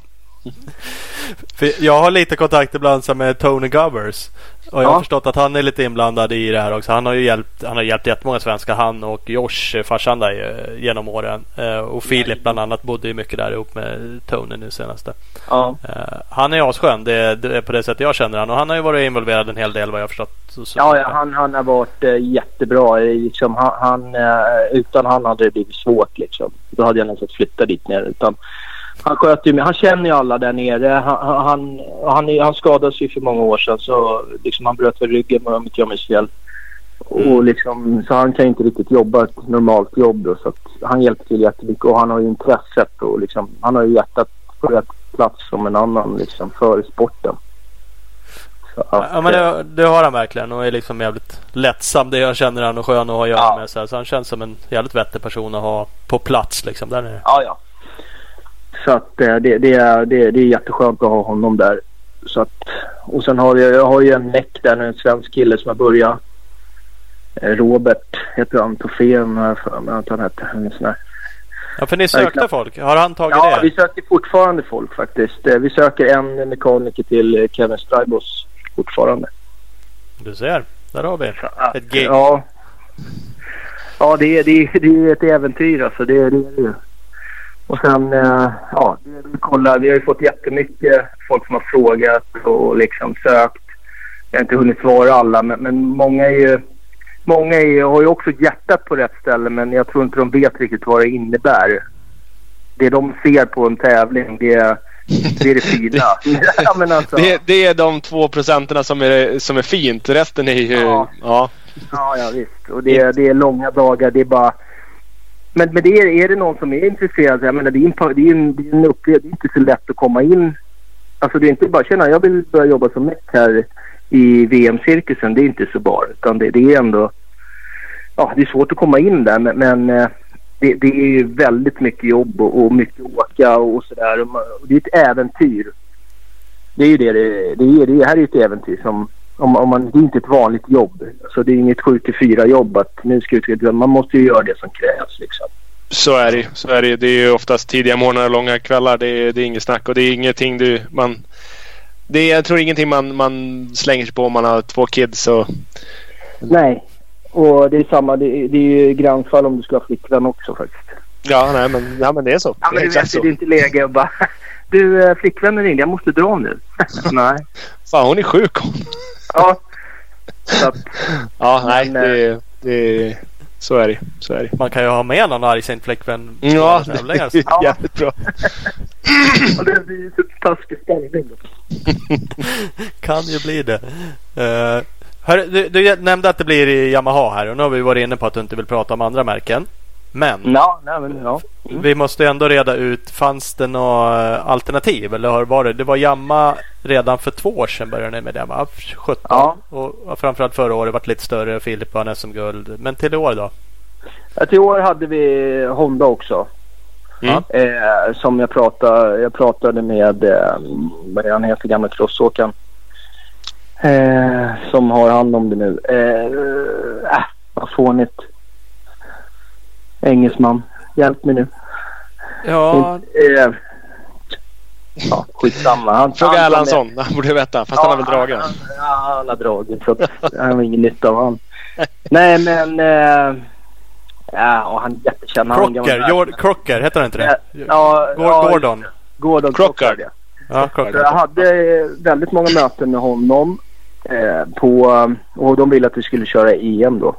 För jag har lite kontakt ibland med Tony Govers. Och jag har förstått att han är lite inblandad i det här också. Han har hjälpt jättemånga svenskar. Han och Josh, farsan där genom åren. Och Filip bland annat bodde ju mycket där ihop med Tony nu senaste. Ja. Han är asskön. Det är på det sättet jag känner han. Och han har ju varit involverad en hel del vad jag har förstått. Han har varit jättebra. Liksom, utan han hade det blivit svårt liksom. Då hade jag nästan flyttat dit ner. Utan han sköter ju, han känner ju alla där nere. Han skadades ju för många år sedan, så liksom han bröt väl ryggen med om inte jag minns fel. Och liksom, så han kan inte riktigt jobba ett normalt jobb då, så att han hjälper till jättemycket, och han har ju intresset och liksom, han har ju hjärtat på rätt plats som en annan liksom för sporten. Så ja, men det har han verkligen och är liksom jävligt lättsam. Det jag känner han och skön att ha att göra med. Så han känns som en jävligt vettig person att ha på plats liksom där nere. Ja. Så att det är jätteskönt att ha honom där. Så att, och sen har jag har ju en näck där, en svensk kille som har börjat. Robert heter han, Tofén att han hette en sån här. Ja, för ni sökte folk. Har han tagit det? Ja, vi söker fortfarande folk faktiskt. Vi söker en mekaniker till Kevin Strybos fortfarande. Du ser, där har vi ett gig. Ja, det är ett äventyr alltså. Det är det. Och sen, vi har ju fått jättemycket folk som har frågat och liksom sökt. Jag har inte hunnit svara alla, men många har ju också hjärtat på rätt ställe, men jag tror inte de vet riktigt vad det innebär. Det de ser på en tävling, det är det fina. Ja, men alltså. Det är de 2% som är fint. Resten är ju... Ja, visst. Och det är långa dagar, det är bara... Men det är det någon som är intresserad? Jag menar, det är en upplevelse. Det är inte så lätt att komma in. Alltså det är inte bara jag vill börja jobba som mech här i VM-cirkusen. Det är inte så bara. Utan det är ändå... Ja, det är svårt att komma in där. Men det är ju väldigt mycket jobb och mycket åka och sådär. Och det är ett äventyr. Det är ju det här är ett äventyr som... det är inte ett vanligt jobb. Så det är inget 7-4 jobb att nu ska man måste ju göra det som krävs liksom. Så är det. Det är ju oftast tidiga morgnar och långa kvällar. Det är inget snack och det är ingenting jag tror ingenting man slänger sig på om man har 2 kids och... Nej. Och det är samma, det är ju gränsfall om du ska ha flickvän också faktiskt. Ja, men det är så. Ja, men det är inte läge att bara du, flickvännen ringde, jag måste dra nu. Nej. Fan, hon är sjuk. Ja. Så att, så är det. Man kan ju ha med någon argsint flickvän. Ja, det är jävligt bra. Och det blir så taskig ställning. Kan ju bli det. Du nämnde att det blir i Yamaha här och nu har vi varit inne på att du inte vill prata om andra märken. Men vi måste ändå reda ut, fanns det några alternativ eller det var Yamaha redan för 2 år sedan började ni med det, va? 17 och framförallt förra året varit lite större, Filip vann SM-guld, men till i år då? Ja, till i år hade vi Honda också. Som jag pratade med vad han heter, gamla crossåkaren som har hand om det nu. Vad fånigt. Engelsman. Hjälp mig nu. Ja. Skitsamma. Fråga Erlandsson. Han borde veta. Fast han har väl dragit. Han har dragit. Så han har ingen nytta av han. Nej, men... och han är jättekänd. Crocker, heter han inte det? Gordon. Gordon Crocker. Ja, Crocker. Jag hade väldigt många möten med honom. Och de ville att vi skulle köra EM då.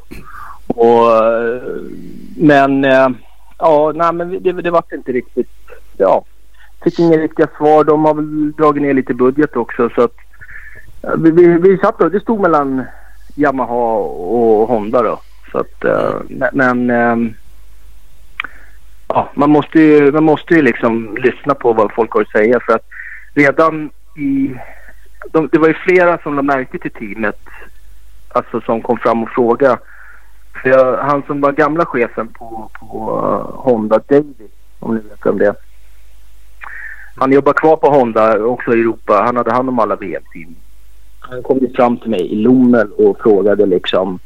Men det var inte riktigt. Fick inga riktiga svar. De har väl dragit ner lite budget också, så att vi satt då, det stod mellan Yamaha och Honda då, så att man måste ju liksom lyssna på vad folk har att säga, för att redan det var ju flera som lade märke till teamet, alltså som kom fram och frågade. För han som var gamla chefen på Honda, David, om ni vet om det. Han jobbar kvar på Honda också i Europa. Han hade hand om alla VM-team. Han kom ju fram till mig i Lommel och frågade liksom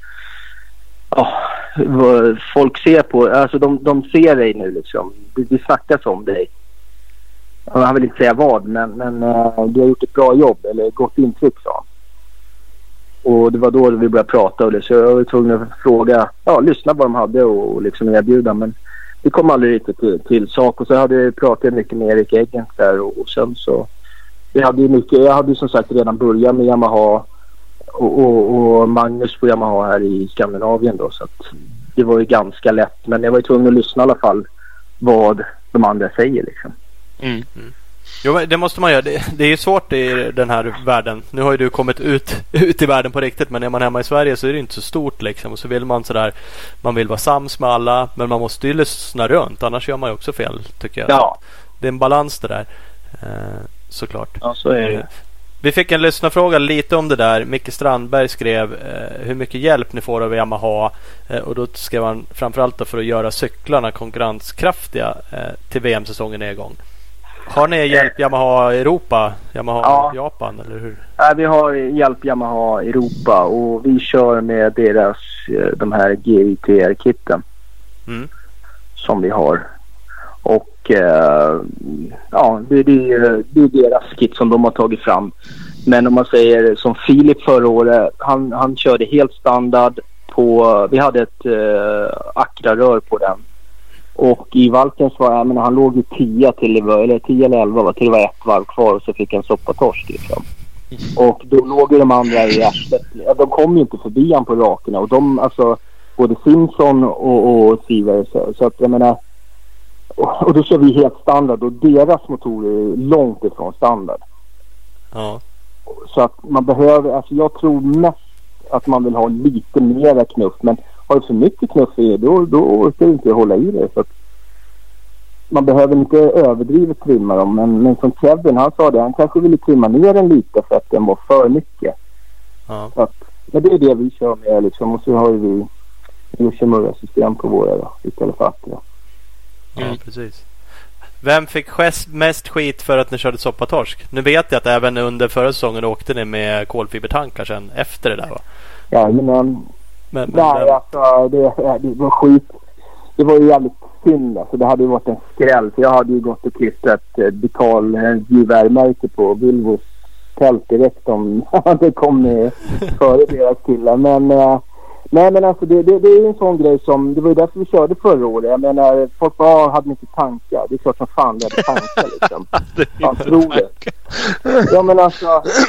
vad folk ser på. Alltså de ser dig nu liksom. Det snackas om dig. Han vill inte säga vad, men du har gjort ett bra jobb eller gott intryck, sa han. Och det var då vi började prata och det, så jag var tvungen att fråga, lyssna vad de hade och liksom erbjuda, men det kom aldrig riktigt till sak. Och så hade jag pratat mycket med Erik Eggens där och sen så jag hade som sagt redan börjat med Yamaha och Magnus på Yamaha här i Skandinavien då, så att det var ju ganska lätt, men jag var ju tvungen att lyssna i alla fall vad de andra säger liksom. Jo, det måste man göra. Det är ju svårt i den här världen. Nu har ju du kommit ut i världen på riktigt, men är man hemma i Sverige så är det inte så stort liksom. Och så vill man man vill vara sams med alla, men man måste ju lyssna runt, annars gör man ju också fel, tycker jag. Ja. Det är en balans det där, såklart. Ja, så är det. Vi fick en lyssnarfråga lite om det där. Micke Strandberg skrev hur mycket hjälp ni får av Yamaha. Och då skrev han framförallt då för att göra cyklarna konkurrenskraftiga till VM-säsongen är igång. Har ni hjälp Yamaha Europa? Yamaha Japan eller hur? Ja, vi har hjälp Yamaha Europa och vi kör med deras de här GITR-kitten som vi har. Och det är deras kit som de har tagit fram. Men om man säger som Filip förra året, han körde helt standard på, vi hade ett Acra-rör på den. Och i Valkens var han låg i 10 eller 11 till det var ett varv kvar och så fick en soppatorsk liksom. Och då låg de andra i arslet. Ja, de kom ju inte förbi han på rakerna och de, alltså både Simpson och Siver så att jag menar. Och då kör vi helt standard och deras motorer är långt ifrån standard. Ja. Så att man behöver, alltså jag tror mest att man vill ha lite mera knuff, men har du för mycket knuff i det, då orkar du inte hålla i det. Så att man behöver inte överdrivet trimma dem, men som Kevin, han sa det, han kanske ville trimma ner den lite för att den var för mycket. Ja. Så att, men det är det vi kör med liksom, och så har vi Yoshimura-system på våra då, istället för att Ja, precis. Vem fick mest skit för att ni körde soppatorsk? Nu vet jag att även under förra säsongen åkte ni med kolfibertankar sen efter det där, va? Ja, men alltså, det var skit. Det var ju jävligt synd. Alltså, det hade ju varit en skräll. För jag hade ju gått och klistrat betal givärmärke på Volvos tält direkt om det kom före deras killar. Men alltså det är en sån grej som, det var ju därför vi körde förra året. Jag menar, folk hade inte tankar. Det är klart som fan vi hade tankar liksom. Jag tror det. Ja men alltså,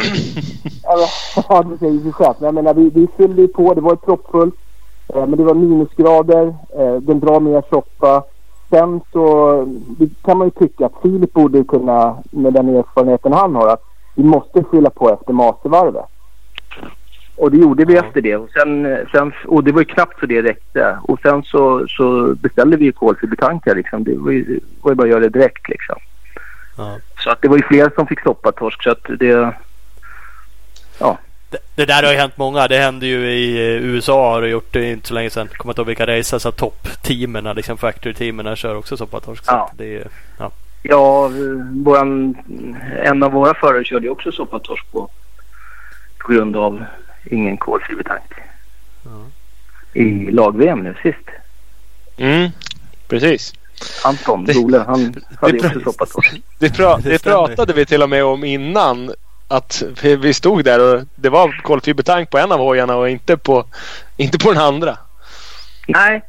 jag menar vi fyllde på, det var ett proppfullt. Men det var minusgrader, den drar mer soppa. Sen så kan man ju tycka att Filip borde kunna, med den erfarenheten han har, att vi måste skylla på efter mastervarvet. Och det gjorde vi efter det. Och sen, och det var ju knappt så det räckte. Och sen så beställde vi ju kolfibertankar liksom. Det var ju bara att göra det direkt liksom. Ja. Så att det var ju fler som fick stoppa torsk. Så att det... Ja. Det där har ju hänt många. Det hände ju i USA, har det gjort det inte så länge sedan. Kommer inte ihåg vilka racer, så topp-teamen, liksom factory-teamen kör också soppatorsk. Ja. Det är, ja. Ja, en av våra förare körde ju också soppatorsk på grund av ingen kolfibertank. I lag-VM nu sist. Precis. Anton Role, han hade ju också soppatorsk. Det pratade vi till och med om innan. Att vi stod där och det var kolfibertank på en av hojarna och inte på den andra. Nej.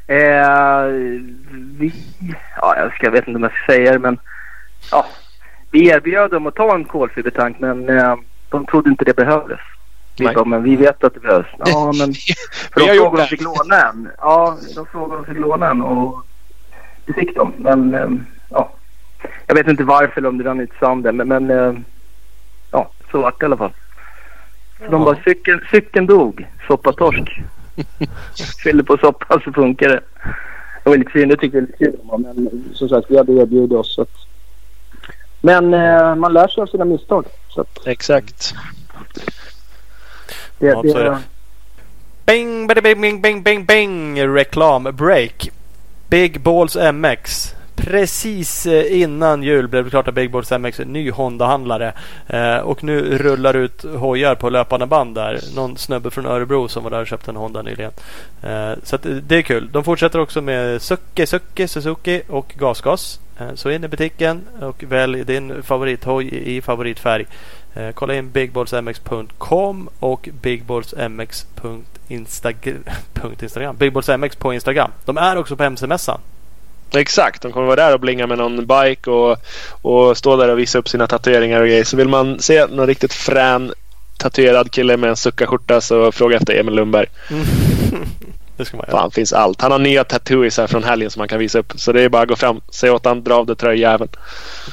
Jag vet inte om jag ska säga det, men vi erbjöd dem att ta en kolfibertank, men de trodde inte det behövdes. Men vi vet att det behövs. Ja, men för de frågade om de fick låna en. Ja, de frågade om de fick låna en och det fick de. Men jag vet inte varför om det rann ut sanden, men så vart det i alla fall. Så de bara, cykeln dog. Soppatorsk. Fyllde på soppa så funkar det. Det var lite synd, det tyckte jag lite kul om. Men som sagt, vi hade erbjudit oss. Men man lär sig av sina misstag. Så att, exakt. Bing, bing, bing, bing, bing. Reklam break. Big Balls MX. Precis innan jul blev det klart att Big Balls MX är ny Honda-handlare. Och nu rullar ut hojar på löpande band där. Någon snubbe från Örebro som var där och köpte en Honda nyligen. Så att det är kul. De fortsätter också med Suzuki och gasgas. Så in i butiken och välj din favorithoj i favoritfärg. Kolla in bigballsmx.com och bigballsmx.instagram. Bigballsmx på Instagram. De är också på MC-mässan. Exakt, de kommer vara där och blinga med någon bike och stå där och visa upp sina tatueringar och grejer. Så vill man se någon riktigt frän tatuerad kille med en suckaskjorta, så fråga efter Emil Lundberg. Det ska man göra. Fan, finns allt. Han har nya tattoos här från helgen som man kan visa upp. Så det är bara att gå fram, säga åt han, dra av det tröjjäveln.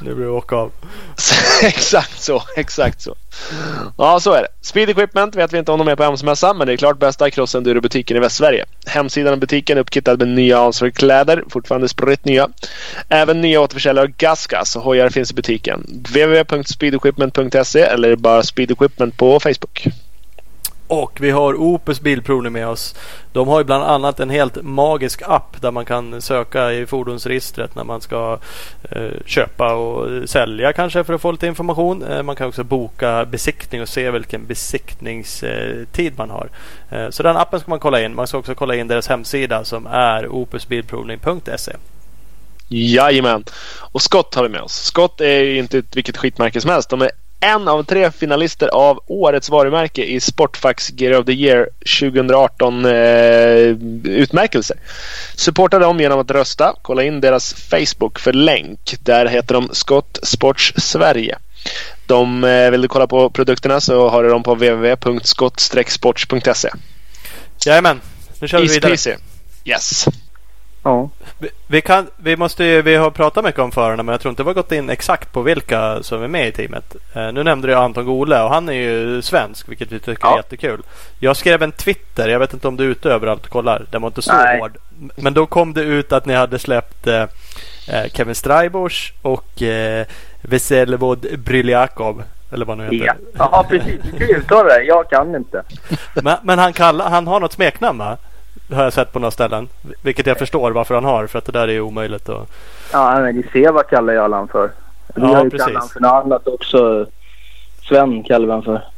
Nu blir det åka av. Exakt så. Ja, så är det. Speed Equipment vet vi inte om de är på hemsmässan, men det är klart bästa cross-enduro-butiken i Västsverige. Hemsidan av butiken är uppkittad med nya ansvarskläder, fortfarande sprött nya. Även nya återförsäljare av Gasgas och hojar finns i butiken. www.speedequipment.se eller bara Speed Equipment på Facebook. Och vi har Opus Bilprovning med oss. De har ju bland annat en helt magisk app där man kan söka i fordonsregistret när man ska köpa och sälja kanske för att få lite information. Man kan också boka besiktning och se vilken besiktningstid man har. Så den appen ska man kolla in. Man ska också kolla in deras hemsida som är opusbilprovning.se. Jajamän. Och Scott har vi med oss. Scott är ju inte vilket skitmärke som helst. De är en av 3 finalister av årets varumärke i Sportfax Gear of the Year 2018 utmärkelser. Supporta dem genom att rösta. Kolla in deras Facebook för länk. Där heter de Scott Sports Sverige. Vill du kolla på produkterna så har du dem på www.scott-sports.se. Jajamän, nu kör vi vidare. Easy. Yes. Ja. Vi har pratat mycket om förarna, men jag tror inte vi har gått in exakt på vilka som är med i teamet. Nu nämnde du Anton Gole och han är ju svensk, vilket vi tycker är jättekul. Jag skrev en Twitter, jag vet inte om du är ute överallt och kollar. Den var inte så hård. Men då kom det ut att ni hade släppt Kevin Strijbors och Veselvod Bryliakov, eller vad nu heter. Ja, precis. Du uttalar det. Jag kan inte. Men han har något smeknamn, va? Har jag sett på några ställen. Vilket jag förstår varför han har. För att det där är omöjligt att... Ja, men ni ser vad kallar jag han för. Vi har ju kallat han för något annat också. Sven kallar han för.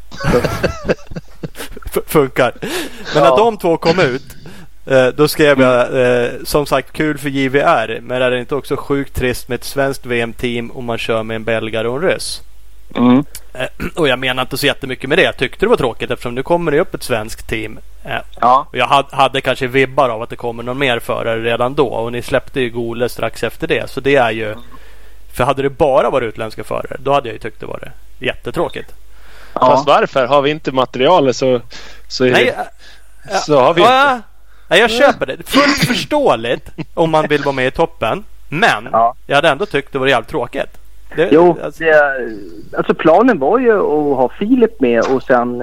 Funkar. Men när de 2 kom ut, då skrev jag som sagt kul för JVR. Men är det inte också sjukt trist med ett svenskt VM-team om man kör med en belgare och en ryss? Mm. Och jag menar inte så jättemycket med det. Jag tyckte det var tråkigt eftersom nu kommer det upp ett svenskt team. Ja. Och jag hade kanske vibbar av att det kommer någon mer förare redan då. Och ni släppte ju Gole strax efter det. Så det är ju... För hade det bara varit utländska förare, då hade jag ju tyckt det var jättetråkigt. Ja. Fast varför? Har vi inte material så Nej, så har vi inte. Nej, jag köper det. Fullt förståeligt om man vill vara med i toppen. Men jag hade ändå tyckt det var jävligt tråkigt. Alltså planen var ju att ha Filip med och sen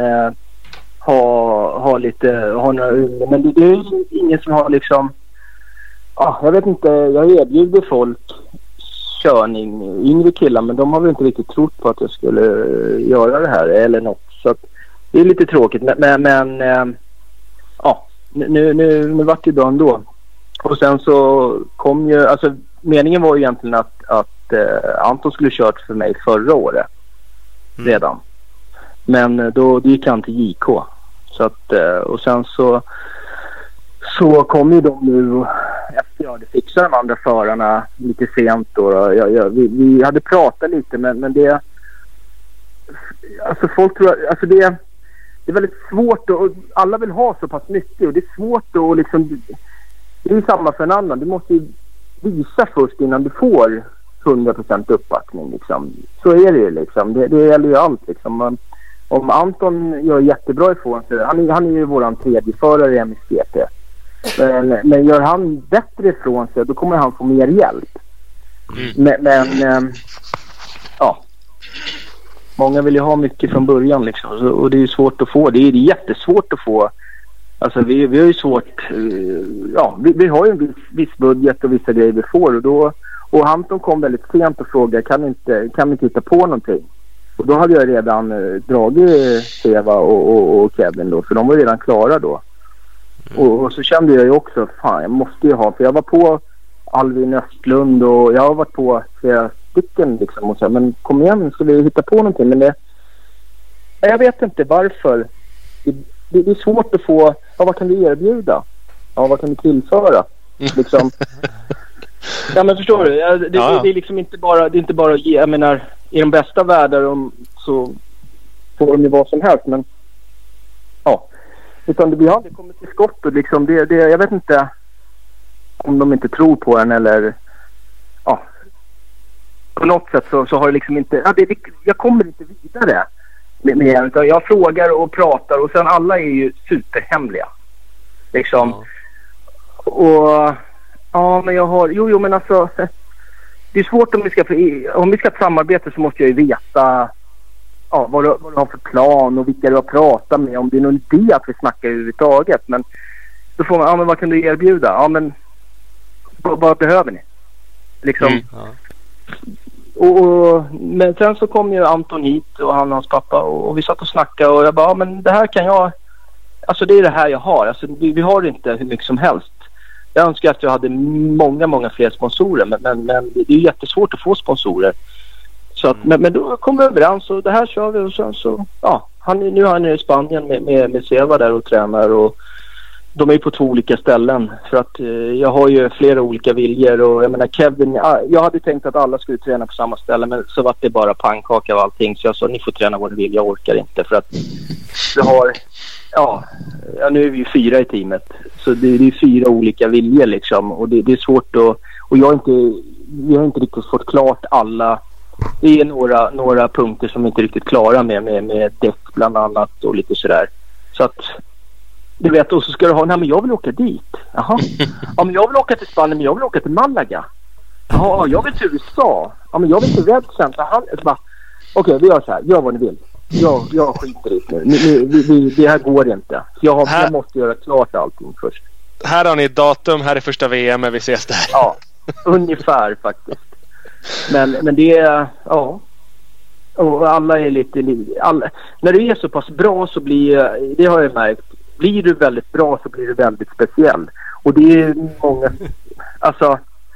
ha några, men det är ju ingen som har liksom jag vet inte, jag erbjuder folk körning, yngre killar, men de har väl inte riktigt trott på att jag skulle göra det här eller något, så att det är lite tråkigt, men nu vart det bra ändå. Och sen så kom ju, alltså meningen var ju egentligen att Anton skulle kört för mig förra året redan. Men då gick han till JK. Så att, och sen så kom ju de nu efter jag hade fixat de andra förarna lite sent då. Vi hade pratat lite, men det, alltså folk tror, alltså det är väldigt svårt och alla vill ha så pass mycket och det är svårt att liksom, det är samma för en annan. Du måste ju visa först innan du får 100% uppbackning liksom. Så är det ju liksom. Det gäller ju allt liksom. Om Anton gör jättebra ifrån sig, han är ju våran 3:e förare i MXGP. Men gör han bättre ifrån sig, då kommer han få mer hjälp. Men många vill ju ha mycket från början liksom. Och det är ju svårt att få. Det är jättesvårt att få. Alltså vi har ju svårt, vi har ju en viss budget och vissa grejer vi får, och Anton kom väldigt sent och frågade kan vi titta på någonting, och då hade jag redan dragit Seva och Kevin då, för de var redan klara då. Och så kände jag ju också, fan jag måste ju ha, för jag var på Alvin Östlund och jag har varit på flera stycken liksom, och så, men kom igen, ska vi hitta på någonting, men jag vet inte varför. Det är svårt att få, vad kan du erbjuda? Vad kan du tillföra? Liksom. Ja, men förstår du? Det är liksom inte bara att ge, jag menar, i de bästa världar så får de ju vad som helst, men utan det kommer till skott och liksom det jag vet inte om de inte tror på en eller på något sätt så har det liksom inte, jag kommer inte vidare med, utan jag frågar och pratar och sen alla är ju superhemliga liksom. Och men jag har men alltså det är svårt om vi ska samarbeta, så måste jag ju veta vad du har för plan och vilka du har pratat med, om det är någon idé att vi snackar överhuvudtaget. Men då får man, men vad kan du erbjuda? Ja, men vad behöver ni? Liksom. Men sen så kom ju Anton hit och han och hans pappa och vi satt och snackade och jag bara, men det här kan jag, alltså det är det här jag har. Alltså vi har inte hur mycket som helst. Jag önskar att jag hade många fler sponsorer, men det är jättesvårt att få sponsorer. Så att, men då kom vi överens och det här kör vi och sen så nu är han i Spanien med Seva där och tränar, och de är på 2 olika ställen för att jag har ju flera olika viljor, och jag menar Kevin, jag hade tänkt att alla skulle träna på samma ställe, men så var det bara pannkaka och allting, så jag sa ni får träna vad ni vill, jag orkar inte, för att vi har nu är vi 4 i teamet, så det är 4 olika viljor liksom, och det är svårt att, och vi har inte riktigt fått klart alla. Det är några punkter som vi inte riktigt klara med däck bland annat och lite sådär, så att du vet, och så ska du ha, nej men jag vill åka dit. Jaha. Ja, men jag vill åka till Spanien, men jag vill åka till Malaga. Ja, jag vill till USA. Ja, men jag vill till Red Center. Okej, vi gör så här, gör vad ni vill. Jag skiter i det nu. Det här går inte. Jag måste göra klart allting först. Här har ni ett datum, här är första VM, vi ses där. Ja, ungefär faktiskt. Men det är, och alla är när du är så pass bra så blir, det har jag märkt, blir du väldigt bra så blir du väldigt speciell. Och det är många, alltså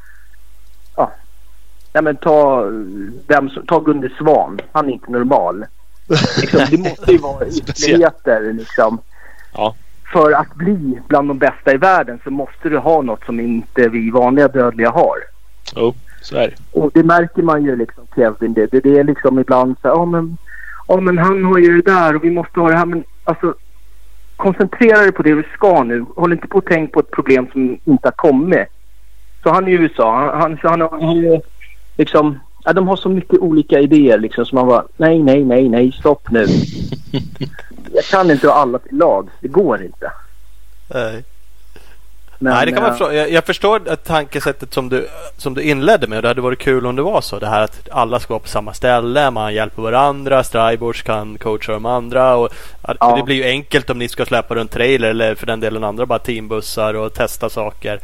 men ta Gunde Svan, han är inte normal. Liksom, det måste ju vara ytterligheter liksom. Ja. För att bli bland de bästa i världen så måste du ha något som inte vi vanliga dödliga har. Så är det. Och det märker man ju liksom, Kevin, det är liksom ibland så men han har ju det där och vi måste ha det här, men alltså koncentrera dig på det du ska nu. Håll inte på att tänka på ett problem som inte har kommit. Så han är i USA. Han har liksom, de har så mycket olika idéer liksom, som man bara, nej, stopp nu. Jag kan inte ha alla till lag. Det går inte. Nej, det kan man förstå. Jag förstår att tankesättet som du inledde med. Det hade varit kul om det var så. Det här att alla ska vara på samma ställe. Man hjälper varandra. Strybors kan coacha de andra. Och det blir ju enkelt om ni ska släppa runt trailer. Eller för den delen andra bara teambussar och testa saker.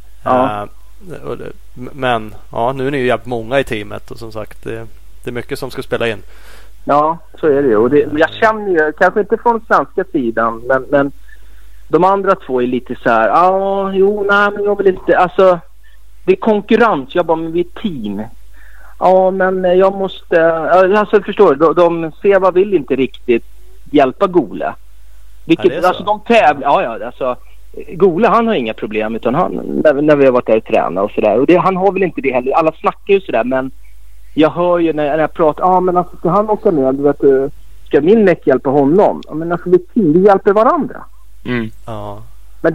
Men nu är ni ju jävligt många i teamet. Och som sagt, det är mycket som ska spela in. Ja, så är det ju. Och jag känner ju, kanske inte från svenska sidan, men de andra 2 är lite så här, men jag vill inte, alltså det är konkurrens, jag bara, men vi är team. Men jag måste, alltså förstår du, de Seva vill inte riktigt hjälpa Gole. Vilket, alltså de tävlar, alltså Gole, han har inga problem, utan han, när vi har varit där och tränat och sådär, och han har väl inte det heller, alla snackar ju sådär, men jag hör ju när jag pratar, men alltså ska han åka med, du vet, ska min näck hjälpa honom? Men alltså vi hjälper varandra. Men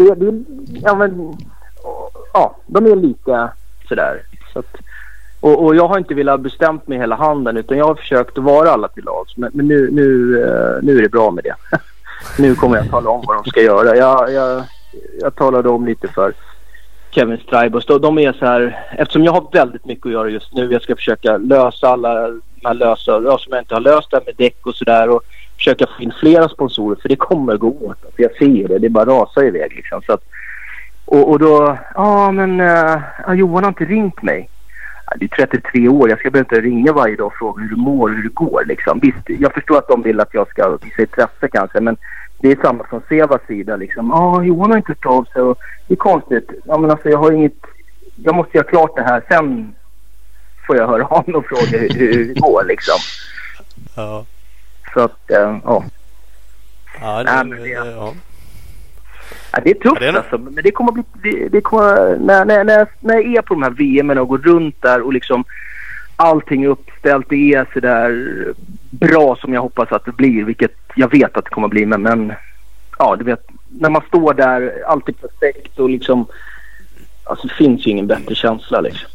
de är lite sådär, så att, och jag har inte velat bestämt mig hela handen, utan jag har försökt att vara alla till lag, men nu är det bra med det. Nu kommer jag tala om vad de ska göra. Jag talade om lite för Kevin Strybos. De är så här, eftersom jag har väldigt mycket att göra just nu, jag ska försöka lösa alla som jag inte har löst där med däck och sådär, och försöka få in flera sponsorer, för det kommer gå åt. Alltså jag ser det bara rasar iväg liksom. Så att, och då, Johan har inte ringt mig. Det är 33 år, jag ska behöva inte ringa varje dag och fråga hur du mår, hur det går liksom. Visst, jag förstår att de vill att jag ska visa intresse kanske, men det är samma från Sevas sida liksom. Johan har inte tagit av sig, och det är konstigt. Men alltså jag måste göra klart det här, sen får jag höra honom och fråga hur det går liksom. Ja. Så att, det är tufft alltså, men det kommer att bli, när jag är på de här VM:en och går runt där och liksom allting är uppställt, det är så där bra som jag hoppas att det blir, vilket jag vet att det kommer att bli, men du vet, när man står där, allt är perfekt och liksom, alltså det finns ju ingen bättre känsla liksom.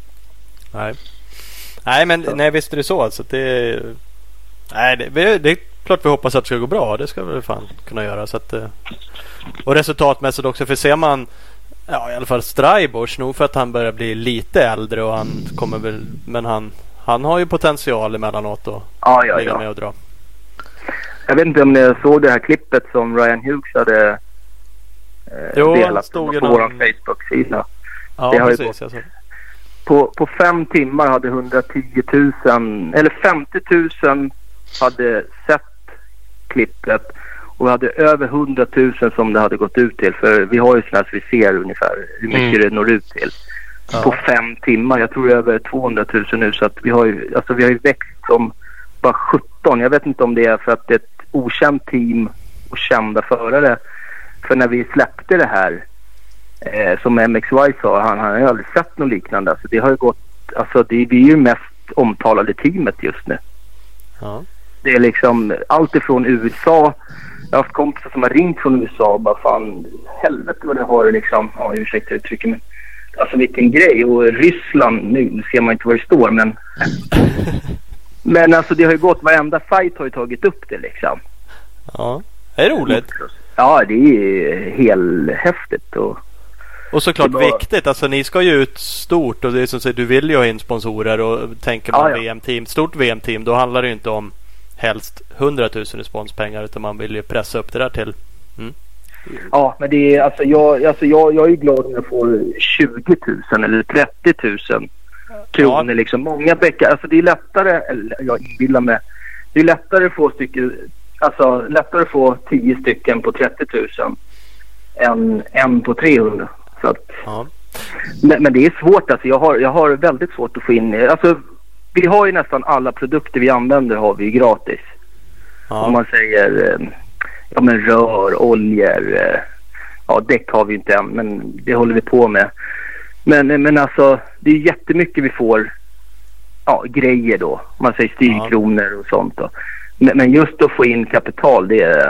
Nej, men visst är det så alltså, det är klart vi hoppas att det ska gå bra. Det ska vi fan kunna göra, så att, och resultatmässigt också, för ser man Ja, i alla fall Streibusch, nog för att han börjar bli lite äldre och han kommer väl, men han har ju potential emellanåt att ligga med och dra. Jag vet inte om ni såg det här klippet som Ryan Hughes hade delat på vår Facebook-sida. Ja, precis. Jag såg. På 5 timmar hade 110 000 eller 50 000 hade sett klippet och vi hade över 100 000 som det hade gått ut till, för vi har ju sådana så vi ser ungefär hur mycket det når ut till. På 5 timmar, jag tror över 200 000 nu, så att vi har ju växt som bara 17. Jag vet inte om det är för att det är ett okänt team och kända förare, för när vi släppte det här som MXY sa, han har ju aldrig sett något liknande. Alltså det har ju gått, alltså vi är ju mest omtalade teamet just nu. Ja. Det är liksom allt ifrån USA. Jag har haft kompisar som har ringt från USA och bara fan, helvete vad det har liksom, ja ursäkta uttrycket, men alltså vilken grej. Och Ryssland, nu ser man inte vad det står, men alltså det har ju gått, varenda sajt har ju tagit upp det liksom. Ja, det är roligt. Ja, det är helt häftigt och såklart viktigt, alltså ni ska ju ut stort och det är som säger, du vill ju ha in sponsorer och tänker man VM-team, stort VM-team, då handlar det ju inte om helst 100 000 responspengar, utan man vill ju pressa upp det där till. Ja, men det är alltså jag är ju glad om jag får 20 000 eller 30 000 kronor liksom. Många bäckar, alltså det är lättare, eller jag inbillar mig, det är lättare att få lättare att få 10 stycken på 30 000 än en på 300. Så att, men det är svårt, alltså jag har väldigt svårt att få in, alltså vi har ju nästan alla produkter vi använder har vi gratis. Om man säger men rör, oljor, däck har vi inte än, men det håller vi på med. Men alltså det är jättemycket vi får grejer då. Man säger styrkronor och sånt då. Men just att få in kapital,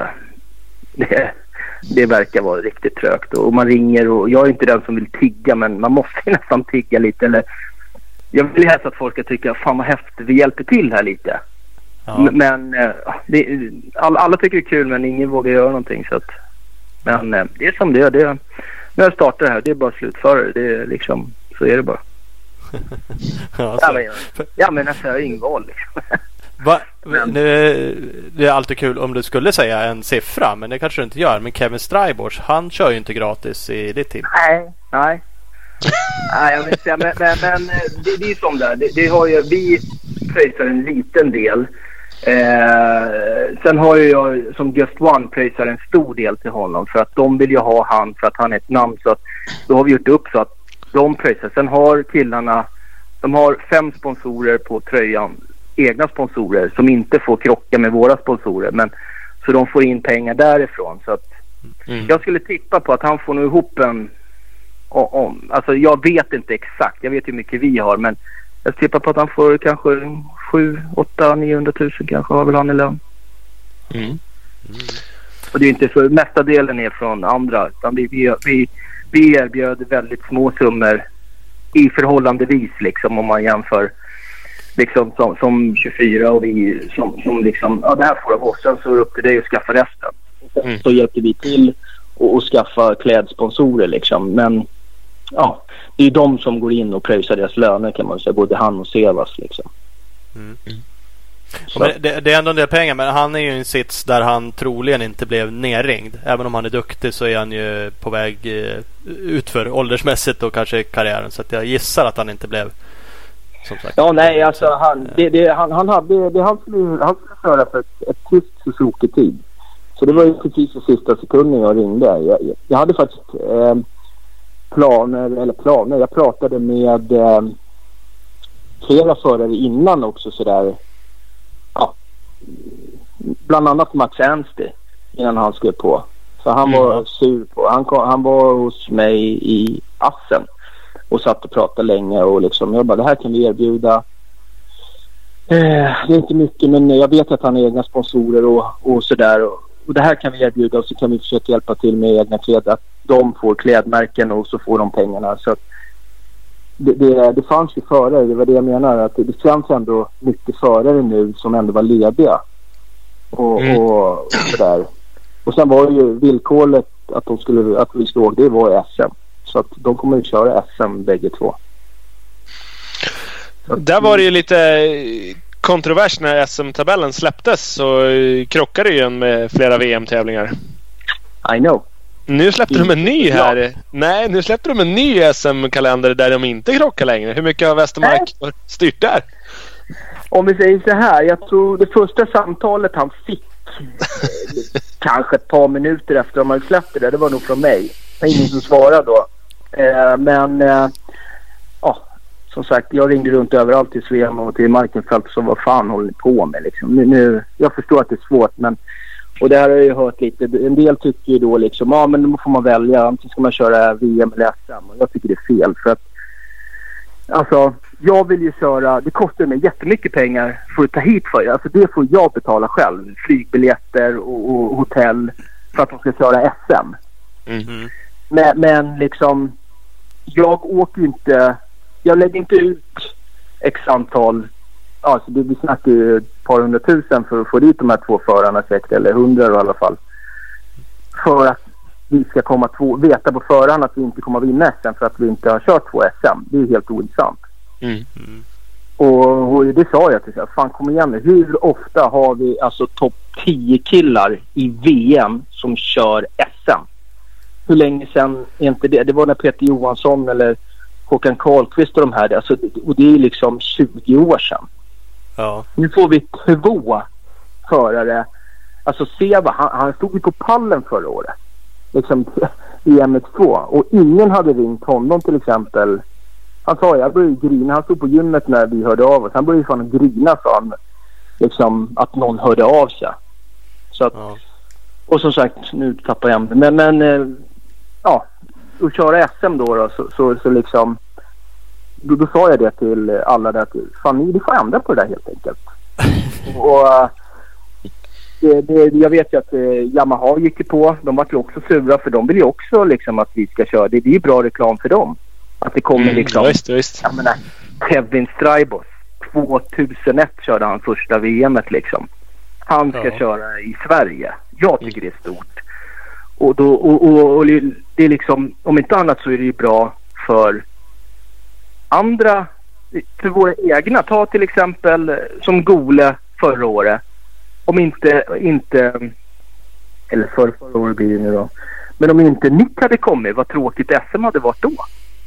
det verkar vara riktigt trögt. Och man ringer, och jag är inte den som vill tigga, men man måste nästan tigga lite. Eller jag vill helst att folk ska tycka, fan vad häftigt, vi hjälper till här lite. Men alla tycker det är kul, men ingen vågar göra någonting. Så att, men det är som det är. När jag startar det här, det är bara slutförare. Det är liksom, så är det bara. Men alltså, jag har ingen val liksom. Det är alltid kul om du skulle säga en siffra, men det kanske du inte gör. Men Kevin Streibusch, han kör ju inte gratis i ditt team. Nej, jag vill säga, men det är som där. Det har ju, vi pröjsar en liten del. Sen har ju jag som Just One pröjsar en stor del till honom, för att de vill ju ha han för att han är ett namn, så att då har vi gjort upp så att de pröjsar. Sen har killarna, de har 5 sponsorer på tröjan, egna sponsorer som inte får krocka med våra sponsorer, men så de får in pengar därifrån. Så att jag skulle tippa på att han får nog ihop en alltså jag vet inte exakt, jag vet hur mycket vi har, men jag tippar på att han får kanske 7, 8, 900 000 kanske har väl han i lön. Och det är inte för mesta delen är från andra, utan vi erbjöd väldigt små summor i förhållandevis liksom, om man jämför liksom som 24 och vi som liksom, det här får av oss, sen så är det upp till dig att skaffa resten. Så hjälper vi till och skaffa klädsponsorer liksom, men det är de som går in och pröjsar deras löner, kan man säga, både han och Sevas liksom. Men det är ändå en del pengar, men han är ju i en sits där han troligen inte blev nerringd. Även om han är duktig så är han ju på väg utför åldersmässigt och kanske karriären, så att jag gissar att han inte blev, som sagt. Alltså han skulle köra för ett tyst Suzuki-tid. Så det var ju precis i sista sekunden jag ringde. Jag hade faktiskt planer. Jag pratade med flera förare innan också sådär. Bland annat Max Ernsti innan han skrev på. Så han var sur på. Han var hos mig i Assen och satt och pratade länge och liksom, jag bara, det här kan vi erbjuda. Det är inte mycket, men jag vet att han har egna sponsorer och sådär. Och det här kan vi erbjuda, och så kan vi försöka hjälpa till med egna kläder. Att de får klädmärken och så får de pengarna. Så att det fanns ju förare, det var det jag menar. Att det fanns ändå mycket förare nu som ändå var lediga. Och sådär. Och sen var ju villkoret att vi slog, det var SM. Så att de kommer ju köra SM bägge två. Där var det ju lite kontrovers när SM-tabellen släpptes, så krockade det ju med flera VM-tävlingar. I know. Nu släppte de en ny här. Nej, nu släppte de en ny SM-kalender där de inte krockar längre. Hur mycket har Westermark styrt där? Om vi säger så här, jag tror det första samtalet han fick kanske ett par minuter efter de hade släppt det var nog från mig. Det var ingen som svarade då. Som sagt, jag ringde runt överallt till Svem och till Markenfält, så vad fan håller ni på med liksom? Nu, jag förstår att det är svårt, men och det här har jag ju hört lite. En del tycker ju då liksom, men då får man välja. Antingen ska man köra VM eller SM. Och jag tycker det är fel. För att, alltså, jag vill ju köra. Det kostar mig jättemycket pengar för att ta hit för det. Alltså det får jag betala själv. Flygbiljetter och hotell för att de ska köra SM. Mm-hmm. Men liksom, jag åker inte. Jag lägger inte ut x antal. Alltså vi snackar ju ett par 100 000 för att få dit de här två förarna säkert, eller 100 i alla fall. För att vi ska veta på förhand att vi inte kommer att vinna SM för att vi inte har kört 2 SM. Det är helt ointressant. Och det sa jag till sig. Fan, kom igen nu. Hur ofta har vi alltså topp 10 killar i VM som kör SM? Hur länge sedan är inte det? Det var när Peter Johansson eller Håkan Karlqvist och de här. Alltså, och det är liksom 20 år sedan. Ja. Nu får vi 2 förare. Alltså Seva, han stod ju på pallen förra året. Liksom i MX2. Och ingen hade ringt honom till exempel. Han sa, jag började grina. Han stod på gymmet när vi hörde av oss. Han började fan grina för han, liksom, att någon hörde av sig. Så att, och som sagt, nu tappar jag det. Men att köra SM då så liksom då sa jag det till alla där, till fan, ni får ändra på det där helt enkelt. Och jag vet ju att Yamaha gick på, de var ju också sura, för de vill ju också liksom att vi ska köra. Det är ju bra reklam för dem att det kommer liksom, visst. Jag menar, Kevin Strybos 2001 körde han första VM:et liksom. Han ska köra i Sverige. Jag tycker det är stort. Och det är liksom, om inte annat så är det ju bra för andra, för våra egna. Ta till exempel som Gole förra året. Om inte eller förra året blir det nu då. Men om inte Nick hade kommit, vad tråkigt SM hade varit då.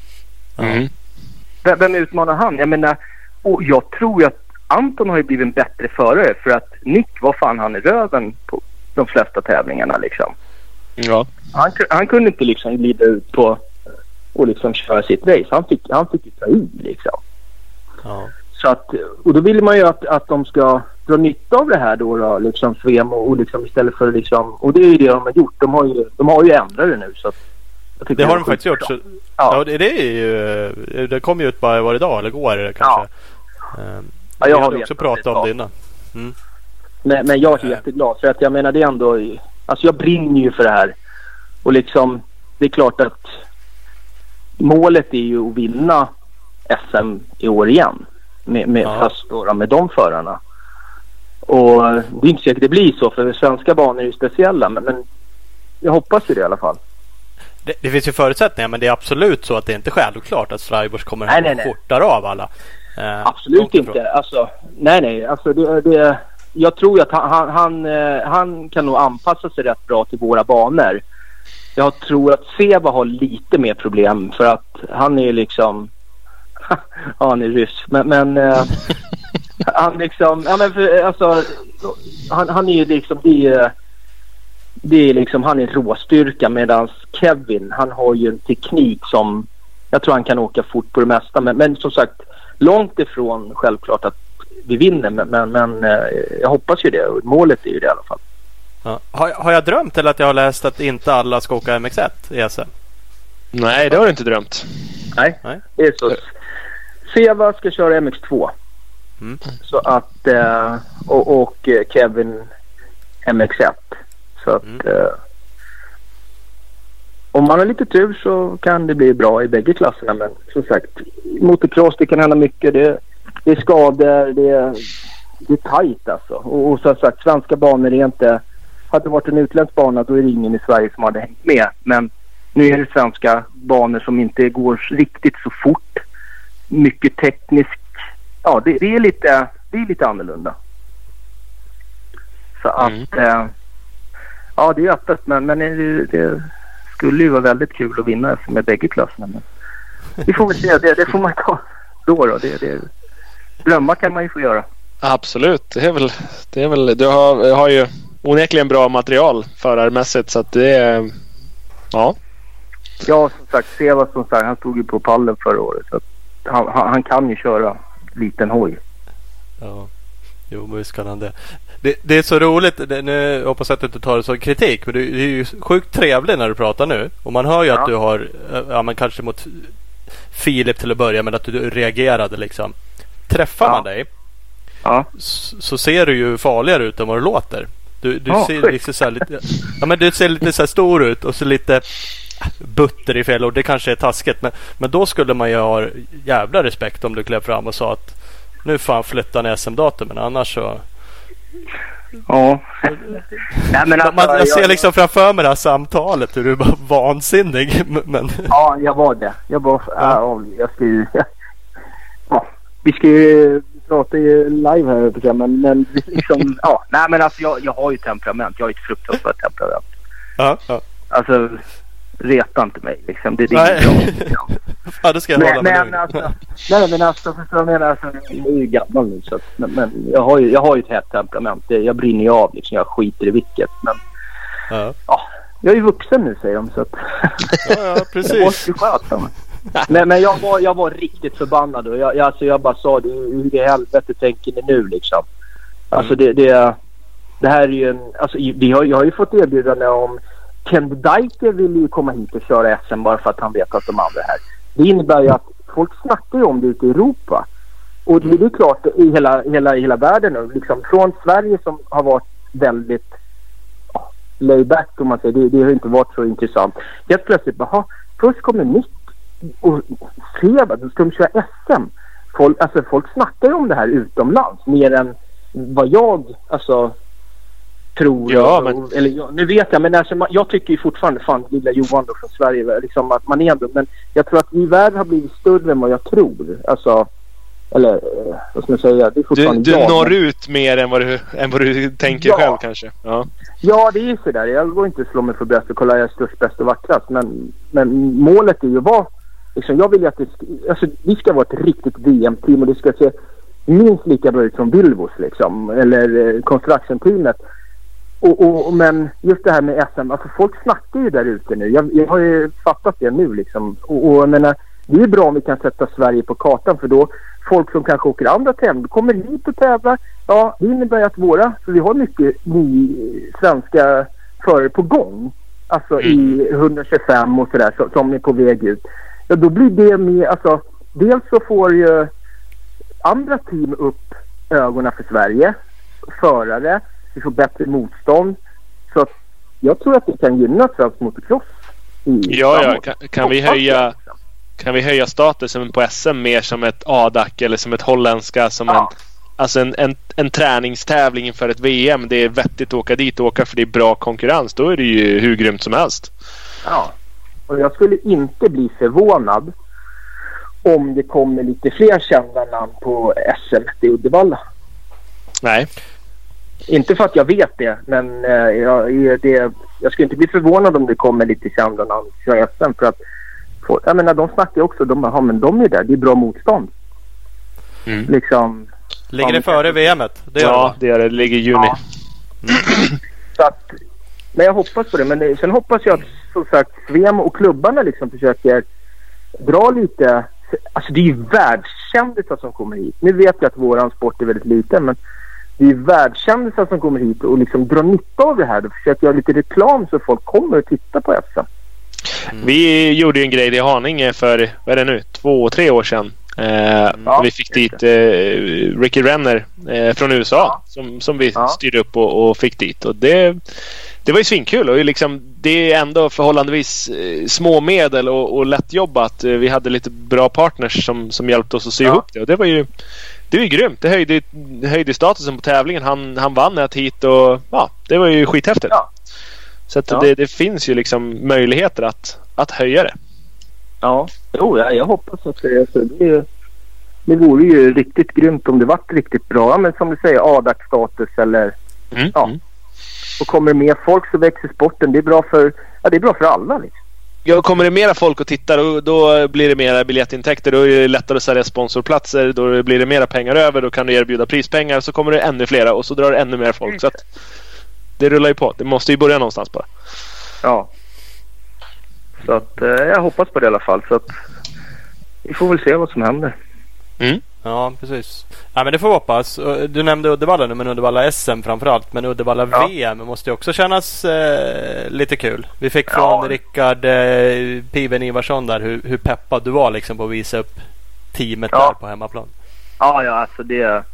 Vem utmanar han? Jag menar, och jag tror ju att Anton har ju blivit en bättre förare, för att Nick, vad fan, han är röven på de flesta tävlingarna liksom. Ja. Han kunde inte liksom glida ut på och liksom köra sitt race. Han fick ju ta i liksom. Ja. Så att, och då vill man ju att de ska dra nytta av det här då liksom Svem och liksom istället för liksom, och det är ju det de har gjort. De har ju ändrat det nu, så att det har de faktiskt gjort. Så, det kom ju ut bara var idag eller går kanske. Ja, jag har också pratat om det innan. Men jag är jätteglad, för att jag menar, det är ändå, alltså jag brinner ju för det här. Och liksom, det är klart att målet är ju att vinna SM i år igen. Fast då, med de förarna. Och det är inte säkert det blir så, för svenska banor är ju speciella. Men jag hoppas ju det i alla fall. Det finns ju förutsättningar, men det är absolut så att det är inte självklart att Strybos kommer att fortare av alla. Absolut inte. Alltså, nej. Alltså det jag tror att han kan nog anpassa sig rätt bra till våra banor. Jag tror att Seva har lite mer problem, för att han är liksom han är ryss, men han liksom, alltså han är ju liksom, det är liksom, han är råstyrka, medan Kevin, han har ju en teknik som jag tror han kan åka fort på det mesta, men som sagt, långt ifrån självklart att vi vinner, men jag hoppas ju det, och målet är ju det i alla fall. Ja. Har jag drömt, eller att jag har läst att inte alla ska åka MX1 i SM? Nej, det har du inte drömt. Nej. Det är så. Seva ska köra MX2. Så att och Kevin MX1. Så att om man har lite tur så kan det bli bra i bägge klasserna, men som sagt, motocross, det kan hända mycket. Det är skador, det är tajt alltså. Och som sagt, svenska banor är inte, hade det varit en utländsk bana, då är det ingen i Sverige som hade hängt med. Men Nu är det svenska banor som inte går riktigt så fort. Mycket tekniskt. Ja, det är lite annorlunda. Så att ja, det är öppet, men det skulle ju vara väldigt kul att vinna med bägge klasserna. Men vi får väl se, det får man ta då. Drömmar kan man ju få göra. Absolut, det är väl du har ju onekligen bra material förarmässigt, så att det är ja. Ja, som sagt, Seva som sagt, han stod ju på pallen förra året, så att han kan ju köra liten hoj. Ja, jo, men visst kan han det. Det är så roligt, nu hoppas jag att du inte tar det som kritik, men du är ju sjukt trevlig när du pratar nu. Och man hör ju att du har, men kanske mot Filip till att börja med, att du reagerade liksom. Träffar man dig så ser du ju farligare ut än vad du låter. Du ser liksom så här lite, men du ser lite så här stor ut och så lite butter i fel, och det kanske är taskigt, men då skulle man ju ha jävla respekt om du klev fram och sa att nu fan flyttar ni SM-datum, men annars så ja. Nej, men alltså, jag ser liksom framför mig det här samtalet hur du var vansinnig, men ja, jag var det. Vi ska ju prata ju live här, men liksom nej, men alltså jag har ju temperament. Jag har ett fruktansvärt temperament. Ja. Alltså reta inte mig liksom. Det är inte bra. Ja, det ska jag hålla med dig. Men alltså förstår jag menar, alltså, jag är ju gammal nu, så men jag har ju ett hett temperament. Jag brinner ju av liksom, jag skiter i vilket, men jag är ju vuxen nu, säger de, så att ja, precis. Jag måste ju sköta mig. Men jag var riktigt förbannad, och jag bara sa, hur i helvete tänker ni nu liksom? Alltså det här är ju alltså jag har ju fått erbjudande om Ken Dike vill ju komma hit och köra SM bara för att han vet att de andra är här. Det innebär ju att folk snackar ju om det ute i Europa. Och det är klart i hela världen nu. Liksom, från Sverige som har varit väldigt layback, om man säger. Det har inte varit så intressant. Helt plötsligt bara, först kommer Nick och Seva, då ska de köra SM. Folk snackar ju om det här utomlands mer än vad jag tror. Ja, nu vet jag, men alltså, jag tycker ju fortfarande lilla Johan då från Sverige liksom, att man är ändå, men jag tror att vi världen har blivit större än vad jag tror. Alltså, eller vad ska jag säga, det är fortfarande du når ut mer än vad du tänker själv kanske. Ja, det är ju så där. Jag går inte att slå mig för bröstet och kolla jag är störst, bäst och vackrast, men målet är ju liksom, jag vill att vi ska vara ett riktigt VM-team, och det ska se minst lika bra ut som Bilvos liksom, eller Construction-teamet. Men just det här med SM, alltså folk snackar ju där ute nu. Jag har ju fattat det nu liksom. Och jag menar, det är bra om vi kan sätta Sverige på kartan, för då folk som kanske åker andra tävlingar kommer hit och tävlar. Ja, det innebär att för vi har mycket svenska förare på gång. Alltså i 125 och sådär, som är på väg ut. Ja, då blir det med, alltså dels så får ju andra team upp ögonen för Sverige, förare. Vi får bättre motstånd. Så jag tror att det kan gynna svensk motocross. Kan vi höja statusen på SM mer som ett ADAC eller som ett holländska, som en träningstävling inför ett VM. Det är vettigt att åka dit och åka, för det är bra konkurrens. Då är det ju hur grymt som helst. Ja, och jag skulle inte bli förvånad om det kommer lite fler kända namn på SM i Uddevalla. Nej. Inte för att jag vet det, men jag skulle inte bli förvånad om det kommer lite kända namn till SM, för att jag menar, de snackar också, men de är där, det är bra motstånd. Liksom, ligger det före VM:et? Det gör det ligger i juni. Ja. Så att, men jag hoppas på det, men sen hoppas jag att, som sagt, VM och klubbarna liksom försöker dra lite, alltså det är ju världskändisar som kommer hit. Nu vet jag att våran sport är väldigt liten, men det är världskändisar som kommer hit och liksom drar nytta av det här. Då försöker jag lite reklam så folk kommer och tittar på SM. Vi gjorde ju en grej i Haninge för, vad är det nu, 2-3 år sedan. Vi fick dit Ricky Renner från USA som vi styrde upp och fick dit. Och det var ju svinkul, och liksom, det är ändå förhållandevis små medel och lätt jobbat. Vi hade lite bra partners som hjälpte oss att sy ihop det, och det var ju grymt. Det höjde statusen på tävlingen. Han vann ett hit, och det var ju skithäftigt. Så att det finns ju liksom möjligheter att höja det. Ja, jag hoppas att det vore ju riktigt grymt om det var riktigt bra. Ja, men som du säger, ADAC-status eller och kommer det mer folk så växer sporten. Det är bra för alla liksom. Ja, kommer det mera folk att titta då blir det mera biljettintäkter, då är det lättare att sälja sponsorplatser, då blir det mera pengar över, då kan du erbjuda prispengar, så kommer det ännu flera och så drar det ännu mer folk. Så att det rullar ju på. Det måste ju börja någonstans bara. Ja. Så att jag hoppas på det i alla fall, så att vi får väl se vad som händer. Ja, precis. Ja, men det får vi hoppas. Du nämnde Uddevalla nu, men Uddevalla SM framförallt. Men Uddevalla VM måste ju också kännas lite kul. Vi fick från Rickard Piven Ivarsson där hur peppad du var liksom på att visa upp teamet där på hemmaplan. Ja, alltså det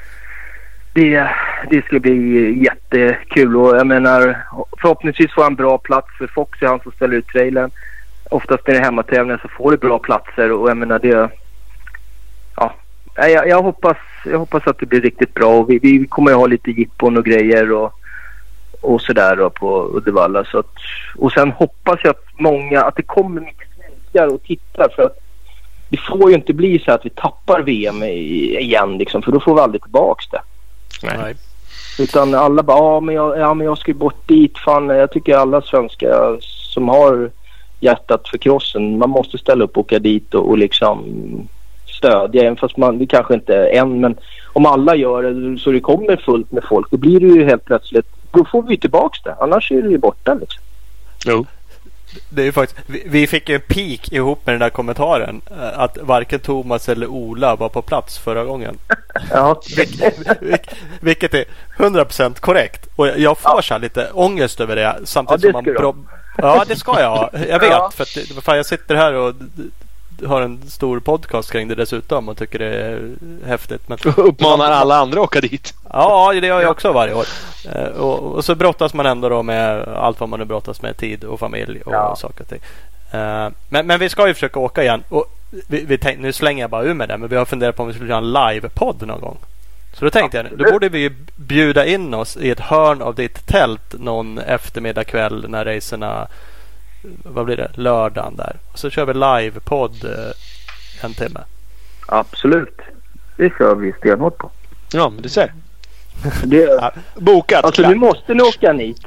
ska bli jättekul. Och jag menar, förhoppningsvis får han bra plats, för Fox är han som ställer ut trailern. Oftast är det hemmatävlingar så får det bra platser, och jag menar det... Ja, jag hoppas att det blir riktigt bra, och vi kommer att ha lite jippon och grejer och sådär då på Uddevalla, så att, och sen hoppas jag att det kommer mycket svenskar och tittar, för att det får ju inte bli så att vi tappar VM igen liksom, för då får vi aldrig tillbaks det. Nej. Utan alla bara, men jag ska ju bort dit, fan, jag tycker alla svenskar som har hjärtat för crossen, man måste ställa upp och åka dit och liksom stödja, även fast vi kanske inte än, men om alla gör det så det kommer fullt med folk, då blir det ju helt plötsligt, då får vi tillbaks det, annars är det ju borta liksom. Jo. Det är ju faktiskt, vi fick en peak ihop med den där kommentaren att varken Thomas eller Ola var på plats förra gången. Ja. Vilket är 100% korrekt, och jag får så lite ångest över det, samtidigt som man det ska jag. Jag vet, för jag sitter här och har en stor podcast kring det dessutom och tycker det är häftigt. Men uppmanar alla andra att åka dit. Ja, det gör jag också varje år. Och så brottas man ändå då med allt vad man nu brottas med, tid och familj och saker och ting. Men vi ska ju försöka åka igen. Och vi tänkte, nu slänger jag bara ur med det, men vi har funderat på om vi skulle göra en live-podd någon gång. Så då tänkte jag, då borde vi bjuda in oss i ett hörn av ditt tält någon eftermiddag kväll när racerna, vad blir det, lördagen där. Och så kör vi live-podd en timme. Absolut. Det kör vi stenhårt på. Ja, men du ser. Det bokat. Alltså nu måste ni åka hit.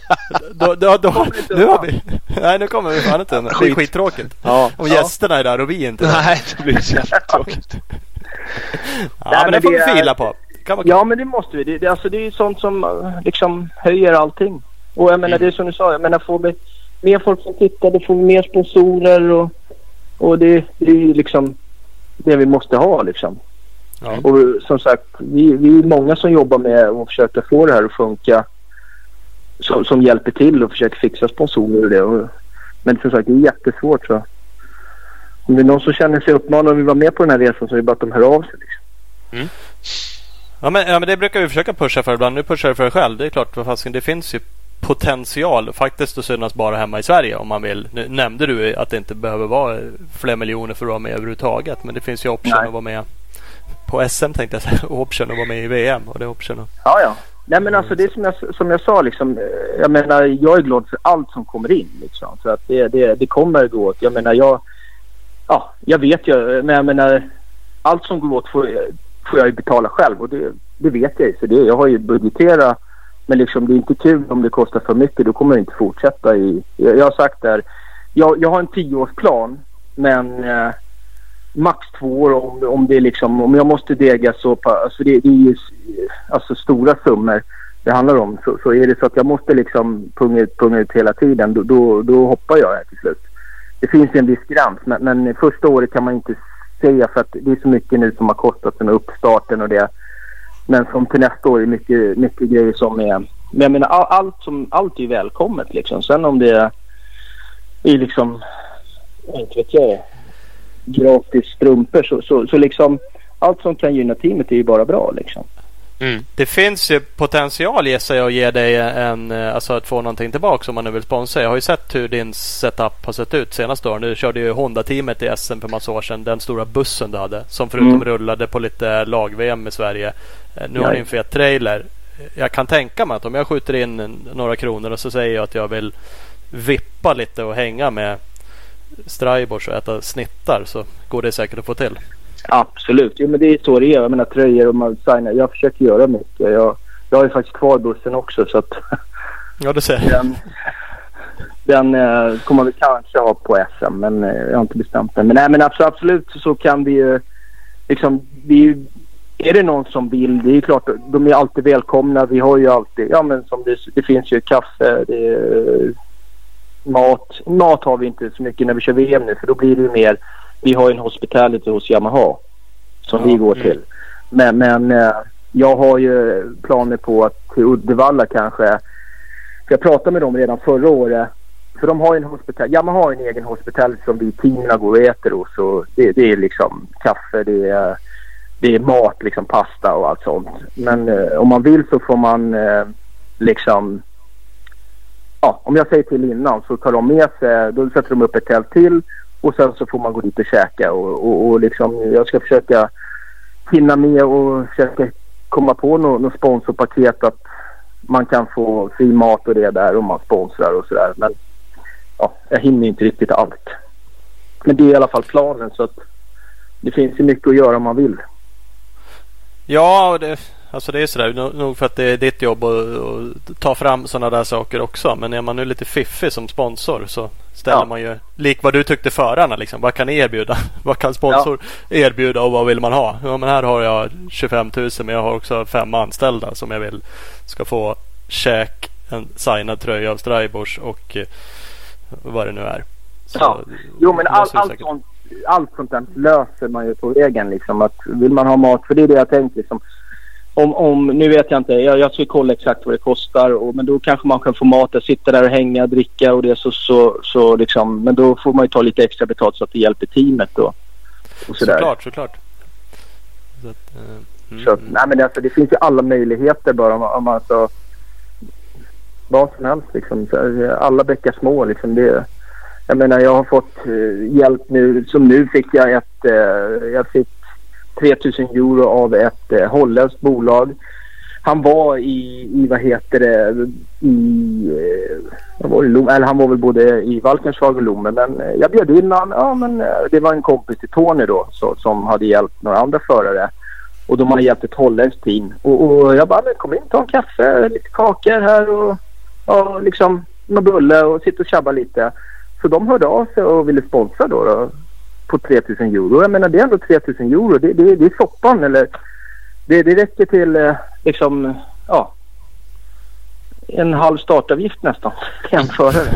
Nu har vi. Nej, nu kommer vi fan inte. Det är skittråkigt. Ja. Om gästerna är där och vi inte. Nej, det blir så jävla tråkigt. Men det får vi fila på. Ja, men det måste vi. Det är ju sånt som liksom höjer allting. Och jag menar, det är som du sa, jag menar, får vi mer folk som tittar, då får vi mer sponsorer, och det är ju liksom det vi måste ha liksom. Ja. Och som sagt, vi är många som jobbar med att försöka få det här att funka, som hjälper till och försöker fixa sponsorer och det. Men som sagt, det är jättesvårt, så om det är någon som känner sig uppmanad och vill vara med på den här resan, så är det bara att de hör av sig liksom. Ja, men det brukar vi försöka pusha för ibland. Nu pushar du för dig själv. Det är klart, det finns ju potential faktiskt att synas bara hemma i Sverige om man vill. Nu nämnde du att det inte behöver vara fler miljoner för att vara med överhuvudtaget, men det finns ju option att vara med på SM, tänkte jag säga, och option att vara med i VM, och det är option att... Ja. Nej, men alltså det är som jag sa liksom, jag menar, jag är glad för allt som kommer in liksom, så att det kommer gå åt. Jag menar, jag vet ju, men jag menar, allt som går åt får jag ju betala själv, och det vet jag ju, så jag har ju budgeterat. Men liksom, det är inte kul om det kostar för mycket. Då kommer jag inte fortsätta jag har sagt där, jag har en 10-årsplan, men max 2 år om det är liksom, om jag måste dega så på, alltså det är ju alltså stora summor det handlar om, så är det så att jag måste liksom punga ut hela tiden, då hoppar jag här till slut. Det finns en viss gräns, men första året kan man inte säga, för att det är så mycket nu som har kostat den uppstarten och det. Men som till nästa år är mycket grejer som är... Men jag menar, allt är välkommet liksom. Sen om det är liksom... Inte vet jag. Gratis strumpor. Så liksom... Allt som kan gynna teamet är ju bara bra liksom. Det finns ju potential, gissar jag, att ge dig alltså att få någonting tillbaka om man nu vill sponsra. Jag har ju sett hur din setup har sett ut senaste år. Nu körde ju Honda-teamet i SM för massa år sedan. Den stora bussen du hade, som förutom rullade på lite lag-VM i Sverige. Nu har ni en fet trailer. jag kan tänka mig att om jag skjuter in några kronor och så säger jag att jag vill vippa lite och hänga med Straibors och äta snittar, så går det säkert att få till. Absolut, jo, men det är så det är. Jag menar tröjor och man signar. Jag försöker göra mycket. Jag har ju faktiskt kvar bussen också, så att ja, det ser den kommer vi kanske ha på SM, men jag har inte bestämt den. Men nej, men absolut så kan vi ju liksom, är det någon som vill, det är klart, de är alltid välkomna. Vi har ju alltid, ja men som det finns ju kaffe, det är mat har vi inte så mycket när vi kör VM nu, för då blir det ju mer, vi har ju en hospitality hos Yamaha som vi går till. Men jag har ju planer på att till Uddevalla kanske, för jag pratade med dem redan förra året, för de har ju Yamaha har en egen hospitality som vi teamen går och äter hos, så det är liksom kaffe, det är mat, liksom pasta och allt sånt. Men om man vill så får man liksom, ja, om jag säger till innan så tar de med sig, då sätter de upp ett tält till och sen så får man gå dit och käka och liksom, jag ska försöka hinna med och försöka komma på något sponsorpaket att man kan få fri mat och det där om man sponsrar och sådär. Men ja, jag hinner inte riktigt allt. Men det är i alla fall planen, så att det finns ju mycket att göra om man vill. Ja, det är sådär nog för att det är ditt jobb att ta fram sådana där saker också. Men är man nu lite fiffig som sponsor så ställer man ju lik vad du tyckte förarna liksom. Vad kan ni erbjuda? Vad kan sponsor erbjuda och vad vill man ha? Ja, men här har jag 25 000, men jag har också 5 anställda som jag vill ska få käk, en signad tröja av Straibors och vad det nu är. Så, ja, jo men allt sånt där löser man ju på vägen liksom, att vill man ha mat, för det är det jag tänkte liksom, om nu vet jag inte, jag ska kolla exakt vad det kostar men då kanske man kan få mat och sitta där och hänga, dricka och det så liksom, men då får man ju ta lite extra betalt så att det hjälper teamet då och sådär. Såklart. Så, nej men alltså, det finns ju alla möjligheter bara om man så vad som helst liksom, så, alla bäckar små liksom, det. Jag menar, jag har fått hjälp nu. Som nu fick jag jag fick 3000 euro av ett holländskt bolag. Han var i vad heter det, han var väl både i Valkenschlag och Lomme, men jag bjöd in han, men det var en kompis till Tony då som hade hjälpt några andra förare. Och de hade hjälpt ett holländskt team. Och jag bara, men kom in, ta en kaffe, lite kakor här och liksom någon bulle och sitta och tjabba lite. Så de hörde av sig och ville sponsra då på 3000 euro. Jag menar, det är ändå 3000 euro. Det är soppan, eller det räcker till liksom, ja, en halv startavgift nästan till en förare.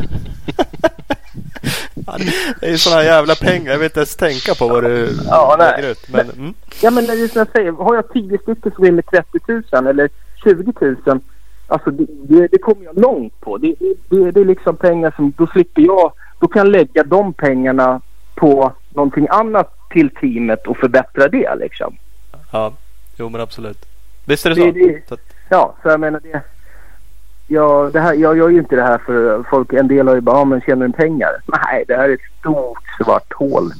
Det är ju sådana jävla pengar. Jag vet inte ens tänka på vad du lägger ut. Ja, men det är som jag säger, har jag 10 stycken som är med 30 000 eller 20 000, alltså det kommer jag långt på. Det är liksom pengar som, då slipper jag, då kan jag lägga de pengarna på någonting annat till teamet och förbättra det liksom. Ja, jo men absolut. Visst är det så? Ja, så jag menar det. Jag gör ju inte det här för folk. En del har ju bara, men tjänar en pengar. Nej, det här är ett stort svart hål.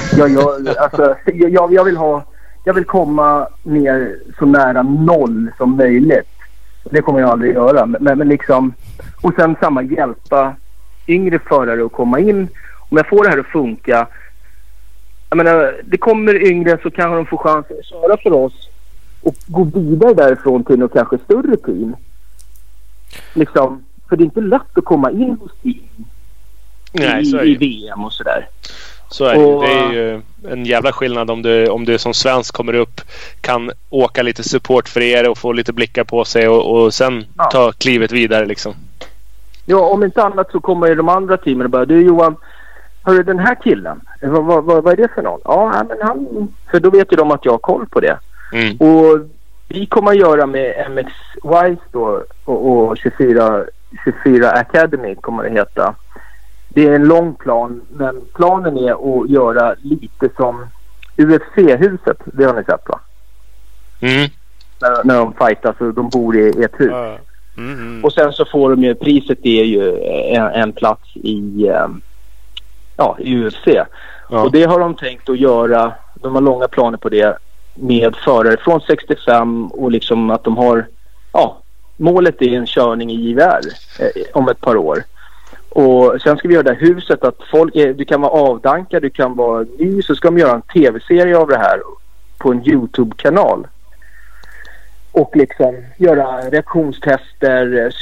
Jag vill komma ner så nära noll som möjligt. Det kommer jag aldrig göra. Men liksom, och sen samma hjälpa yngre förare att komma in. Om jag får det här att funka, jag menar, det kommer yngre så kanske de får chansen att köra för oss och gå vidare därifrån till något kanske större team. Liksom, för det är inte lätt att komma in hos team i VM och sådär. Så är det. Det är ju en jävla skillnad om du som svensk kommer upp, kan åka lite support för er och få lite blickar på sig och sen ta klivet vidare liksom. Ja, om inte annat så kommer ju de andra teamen och bara, du Johan, har du den här killen? Vad är det för någon? Ja, men han, för då vet ju de att jag har koll på det. Mm. Och vi kommer att göra med MX Wise då och 24 Academy kommer det heta. Det är en lång plan, men planen är att göra lite som UFC-huset. Det har ni sett, va? Mm. När de fightar, så de bor i ett hus. Mm. Och sen så får de ju, priset är ju en plats i UFC. Ja. Och det har de tänkt att göra, de har långa planer på det, med förare från 65 och liksom att de har målet är en körning i JVR om ett par år. Och sen ska vi göra det här huset att folk du kan vara avdankad, du kan vara ny, så ska de göra en tv-serie av det här på en YouTube-kanal. Och liksom göra reaktionstester,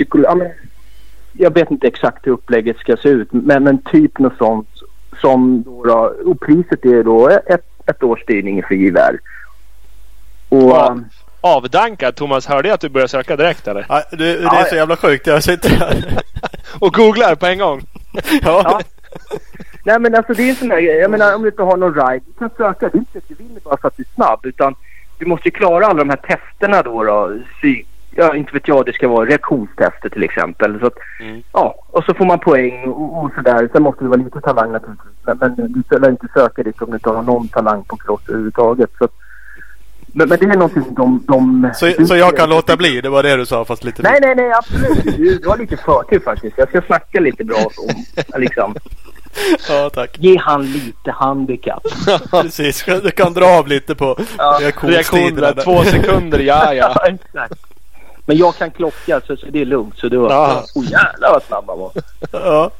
jag vet inte exakt hur upplägget ska se ut, men typ något sånt som då, och priset är då ett års styrning för JVR. Och avdankad, Thomas, hörde jag att du börjar söka direkt eller? Ja, det är så jävla sjukt, jag sitter här och googlar på en gång. Ja. Nej, men alltså det är en sån här, jag menar, om du inte har någon ride, du kan söka, du vinner bara för att du är snabb, utan du måste ju klara alla de här testerna då. Inte vet jag, det ska vara reaktionstester till exempel. Så att, ja, och så får man poäng och sådär. Sen måste det vara lite talang naturligtvis. Men du ska inte söka dit om du inte har någon talang på cross överhuvudtaget. Så, men det är någonting de så jag kan låta bli, det var det du sa, fast lite... Nej, absolut. Du har lite förtur faktiskt. Jag ska snacka lite bra om, liksom... Ja, tack. Ge han lite handikapp. Precis, du kan dra av lite på reaktionstiderna. 2 sekunder, ja. Exakt. Men jag kan klocka, så det är lugnt. Så det var... jävlar vad snabb man var. Ja.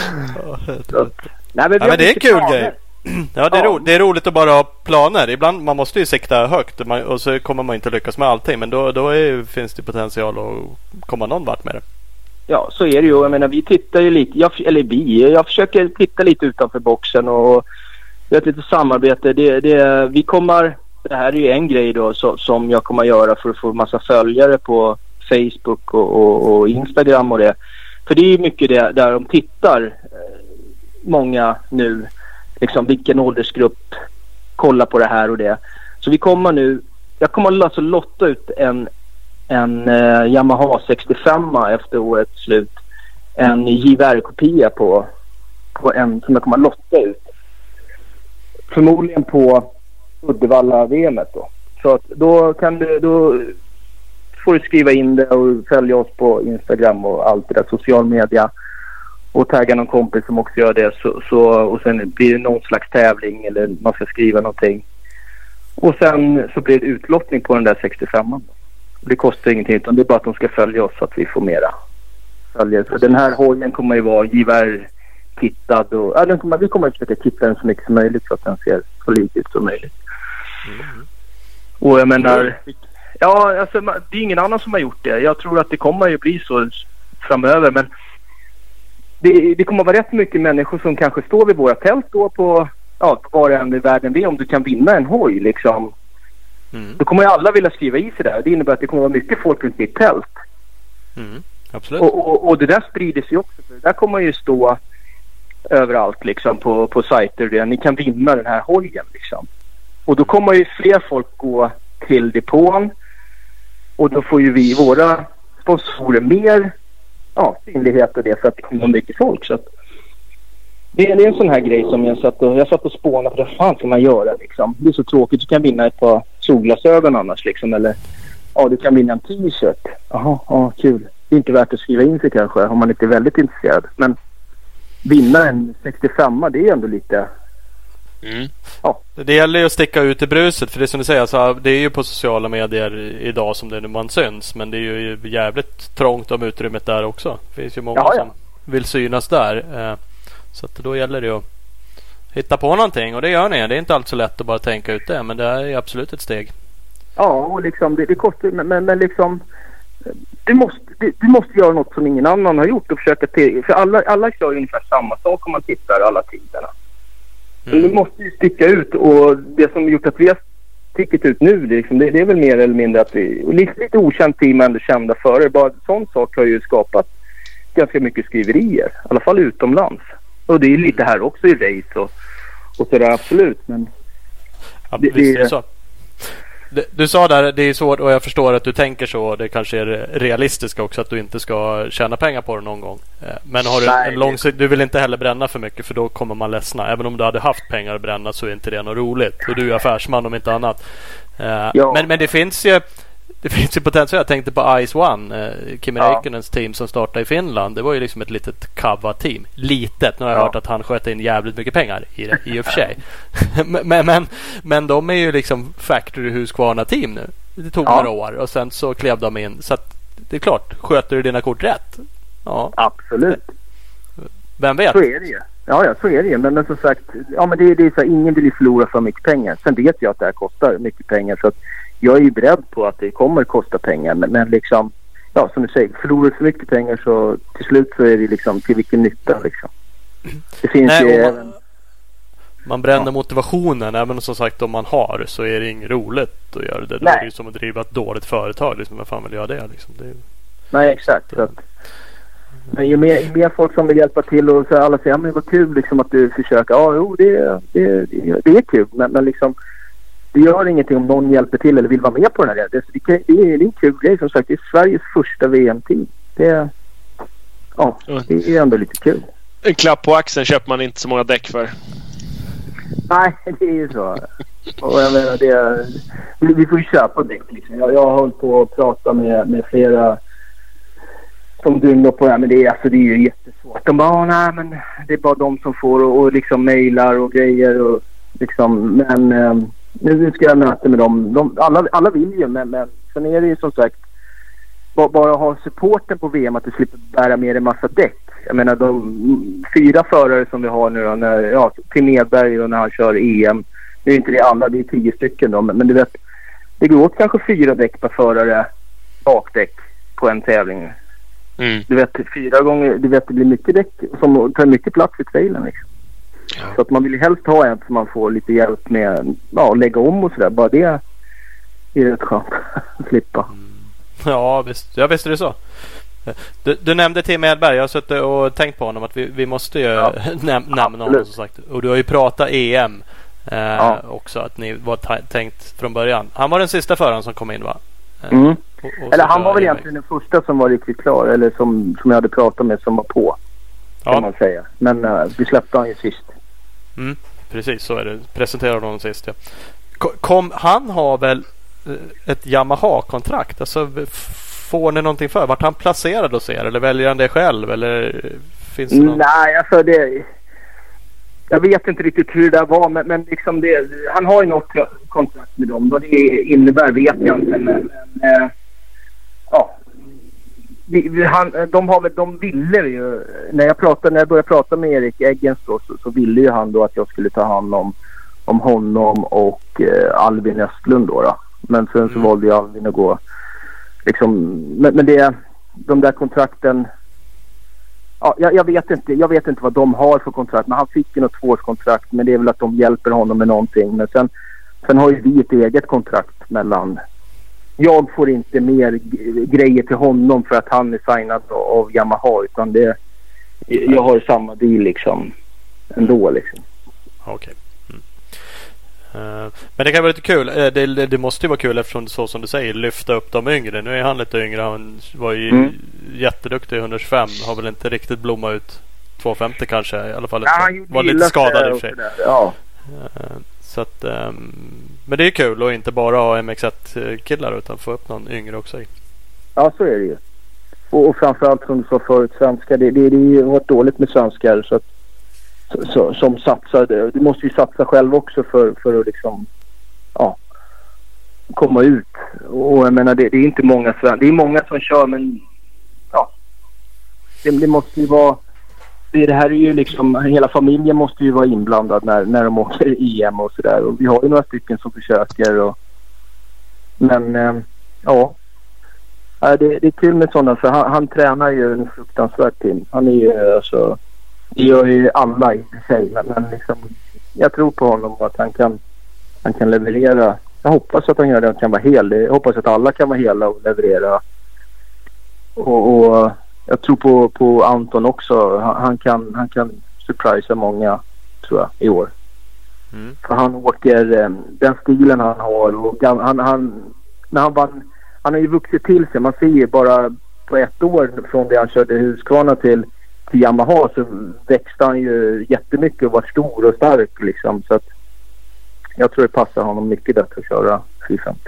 Nej, men det är en kul grej. Ja, det är roligt att bara ha planer. Ibland man måste ju sikta högt och så kommer man inte lyckas med allting. Men då finns det potential att komma någon vart med det. Ja, så är det ju. Jag menar, vi tittar ju lite, jag försöker titta lite utanför boxen och vi har ett litet samarbete. Det här är ju en grej då som jag kommer att göra för att få massa följare på Facebook och Instagram och det. För det är ju mycket det där de tittar, många nu, liksom vilken åldersgrupp kollar på det här och det. Så jag kommer alltså lotta ut en Yamaha 65 efter årets slut, en JVR-kopia på en som jag kommer lotta ut förmodligen på Uddevalla-VMet då. Så att då får du skriva in det och följa oss på Instagram och allt det där, social media, och tagga någon kompis som också gör det, så och sen blir det någon slags tävling eller man ska skriva någonting och sen så blir det utlottning på den där 65an. Det kostar ingenting, utan det är bara att de ska följa oss så att vi får mera följare. Så den här hojen kommer ju vara JVR-kittad och vi kommer att försöka kitta den så mycket som möjligt så att den ser så lik ut som möjligt. Och jag menar, alltså, det är ingen annan som har gjort det. Jag tror att det kommer ju bli så framöver, men det kommer att vara rätt mycket människor som kanske står vid våra tält då på var än i världen det är, om du kan vinna en hoj liksom. Då kommer ju alla vilja skriva i sig där. Det innebär att det kommer att vara mycket folk runt mitt tält. Absolut. Och det där sprider sig också. För det där kommer ju stå överallt liksom på sajter där ni kan vinna den här hojen liksom. Och då kommer ju fler folk gå till depån. Och då får ju vi, våra sponsorer, mer synlighet och det, för att det kommer mycket folk. Så att det är en sån här grej som jag satt och spånade på. Vad fan ska man göra liksom? Det är så tråkigt. Du kan vinna ett par solglasögon annars liksom. Eller du kan vinna en t-shirt. Jaha, kul. Det är inte värt att skriva in sig kanske om man inte är väldigt intresserad. Men vinna en 65, det är ändå lite... Det gäller ju att sticka ut i bruset. För det är som du säger, alltså, det är ju på sociala medier idag som det är nu man syns. Men det är ju jävligt trångt om utrymmet där också. Det finns ju många som vill synas där. Så att då gäller det att hitta på någonting. Och det gör ni. Det är inte alls så lätt att bara tänka ut det. Men det är absolut ett steg. Ja, och liksom det kostar. Men liksom du måste göra något som ingen annan har gjort och försöka till. För alla kör ungefär samma sak om man tittar alla tiderna. Du måste ju sticka ut, och det som gjort att vi har stickat ut nu liksom, det är väl mer eller mindre att vi lite okänt team ändå kända förare. Bara sån sak har ju skapat ganska mycket skriverier, i alla fall utomlands. Och det är lite här också i race och så där, absolut. Men visst är det så. Du sa där, det är svårt, och jag förstår att du tänker så. Det kanske är realistiskt också att du inte ska tjäna pengar på det någon gång. Men har du en långsikt, du vill inte heller bränna för mycket, för då kommer man ledsna. Även om du hade haft pengar att bränna så är inte det något roligt. Och du är affärsman om inte annat. Men det finns ju potential. Jag tänkte på Ice One, Kimi Räikkönens team som startade i Finland. Det var ju liksom ett litet Kava-team. Litet, nu har jag hört att han sköt in jävligt mycket pengar i och för sig. men de är ju liksom Factory Husqvarna team nu. Det tog några år och sen så klev de in. Så att det är klart, sköter du dina kort rätt? Ja. Absolut. Vem vet? Så är det ju. Ja, så är det ju. Men som sagt, ja, men det är så här, ingen vill ju förlora för mycket pengar. Sen vet jag att det här kostar mycket pengar, så att jag är ju beredd på att det kommer kosta pengar. Men liksom, ja, som du säger, förlorar för mycket pengar så till slut så är det liksom till vilken nytta liksom. Det finns ju även... Man bränner motivationen, även som sagt om man har, så är det inget roligt att göra det. Det är ju som att driva ett dåligt företag. Liksom, vad fan vill göra det? Liksom. Det är... Nej, exakt. Så att, men ju mer folk som vill hjälpa till och så alla säger, ja men vad kul liksom att du försöker. Ja, jo, det är kul. Men liksom, det gör ingenting om någon hjälper till eller vill vara med på den här. Det är en kul grej, som sagt. Det är Sveriges första VM-team. Det är ändå lite kul. En klapp på axeln köper man inte så många däck för. Nej, det är ju så. Och jag menar, vi får ju köpa däck liksom. Jag har hållit på att prata med flera som dundrar på det här, men det är ju jättesvårt. De bara, nej men det är bara de som får och liksom mejlar och grejer och liksom, men nu ska jag möta med dem. Alla vill ju, men sen är det ju som sagt bara ha supporten på VM att du slipper bära med en massa däck. Jag menar de 4 förare som vi har nu då, till Medberg och när han kör EM, det är inte det alla, det är 10 stycken då, men du vet, det går åt kanske 4 däck per förare, bakdäck på en tävling. Du vet 4 gånger, du vet det blir mycket däck som tar mycket plats i trailen liksom. Ja. Så att man vill ju helst ha en som man får lite hjälp med att lägga om och sådär, bara det är rätt skönt att slippa. Ja visst är det så. Du nämnde Tim Edberg. Jag har suttit och tänkt på honom att vi måste ju nämna honom som sagt. Och du har ju pratat EM också, att ni var tänkt från början. Han var den sista föraren som kom in, va? Och eller han var väl egentligen den första som var riktigt klar, eller som jag hade pratat med som var på, kan man säga. Men vi släppte han ju sist. Precis, så är det. Presenterade honom sist, ja. Han har väl ett Yamaha-kontrakt? Alltså får ni någonting för? Vart han placerad hos er? Eller väljer han det själv? Eller finns det någon... Nej, alltså jag vet inte riktigt hur det där var. Men liksom han har ju något kontrakt med dem. Vad det innebär vet jag inte. Men de ville ju... När jag började prata med Erik Eggens då, så ville ju han då att jag skulle ta hand om honom och Alvin Östlund då. Men sen så valde jag Alvin att gå. Liksom, men de där kontrakten, jag vet inte vad de har för kontrakt, men han fick ju något 2-årskontrakt, men det är väl att de hjälper honom med någonting. Men sen har ju vi ett eget kontrakt mellan, jag får inte mer grejer till honom för att han är signad av Yamaha, utan jag har samma deal liksom ändå liksom. Okej. Men det kan vara lite kul. Det måste ju vara kul eftersom, så som du säger, lyfta upp de yngre. Nu är han lite yngre. Han var ju jätteduktig i 125. Har väl inte riktigt blommat ut 250 kanske. I alla fall var lite skadad i och för sig. Ja. Så att, men det är kul att inte bara ha MX1-killar utan få upp någon yngre också i. Ja, så är det ju. Och framförallt som du sa förut, svenskar. Det har varit dåligt med svenskar, så att som satsar, du måste ju satsa själv också för att liksom komma ut. Och jag menar, det är inte många det är många som kör, men det måste ju vara, det här är ju liksom, hela familjen måste ju vara inblandad när de åker EM och sådär, och vi har ju några stycken som försöker men det är kul med sådana, för han tränar ju en fruktansvärt till. Han är ju alltså, det gör ju alla i sig, men liksom, jag tror på honom och att han kan leverera. Jag hoppas att han gör det, han kan vara hel. Jag hoppas att alla kan vara hela och leverera. Och jag tror på Anton också. Han kan surprisa många, tror jag, i år. För han åker den stilen han har, och när han vann, han har ju vuxit till sig. Man ser ju bara på 1 år från det han körde Husqvarna till Yamaha, så växte han ju jättemycket och var stor och stark liksom, så att jag tror det passar honom mycket bättre att köra 450.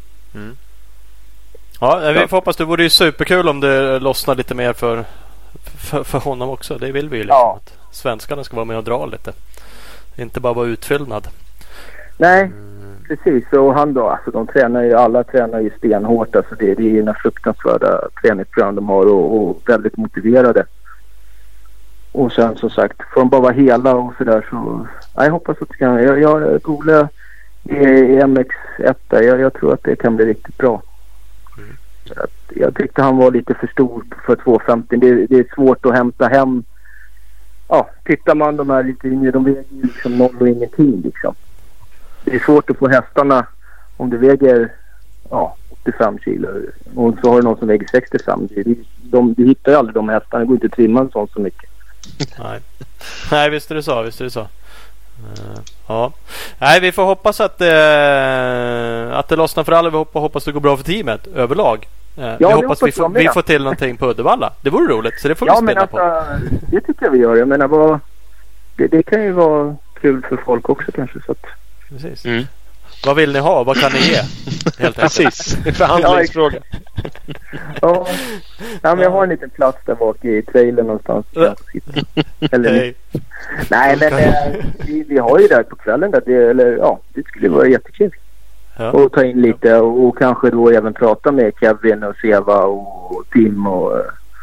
Ja, vi får hoppas. Det vore ju superkul om det lossnar lite mer för honom också. Det vill vi ju liksom, att svenskarna ska vara med och dra lite, inte bara vara utfyllnad. Nej, precis. Och han då, alltså alla tränar ju stenhårt. Alltså det är ju en fruktansvärda träningsprogram de har och väldigt motiverade. Och sen som sagt, får de bara vara hela och sådär så... Jag hoppas att det kan... Jag googlar i MX1 där. Jag tror att det kan bli riktigt bra. Jag tyckte han var lite för stor för 250. Det är svårt att hämta hem. Ja, tittar man de här lite yngre, de väger ju liksom noll och ingenting liksom. Det är svårt att få hästarna om du väger 85 kilo och så har du någon som väger 65. Du hittar ju aldrig de hästarna, det går inte att trimma en sån så mycket. Nej, visst är det så. Ja. Nej, vi får hoppas att det lossnar för alla. Vi hoppas det går bra för teamet överlag. Vi hoppas vi får till någonting på Uddevalla. Det vore roligt, så det får vi spela på. Det tycker jag vi gör. Jag menar, det kan ju vara kul för folk också kanske. Så att... Precis. Vad vill ni ha? Vad kan ni ge? Helt precis. Förhandlingsfråga. Ja, men jag har en liten plats där bak i trailern någonstans. Eller, nej, men vi har ju där på kvällen där det skulle vara jättekul. Ja. Och ta in lite och kanske då även prata med Kevin och Seva och Tim och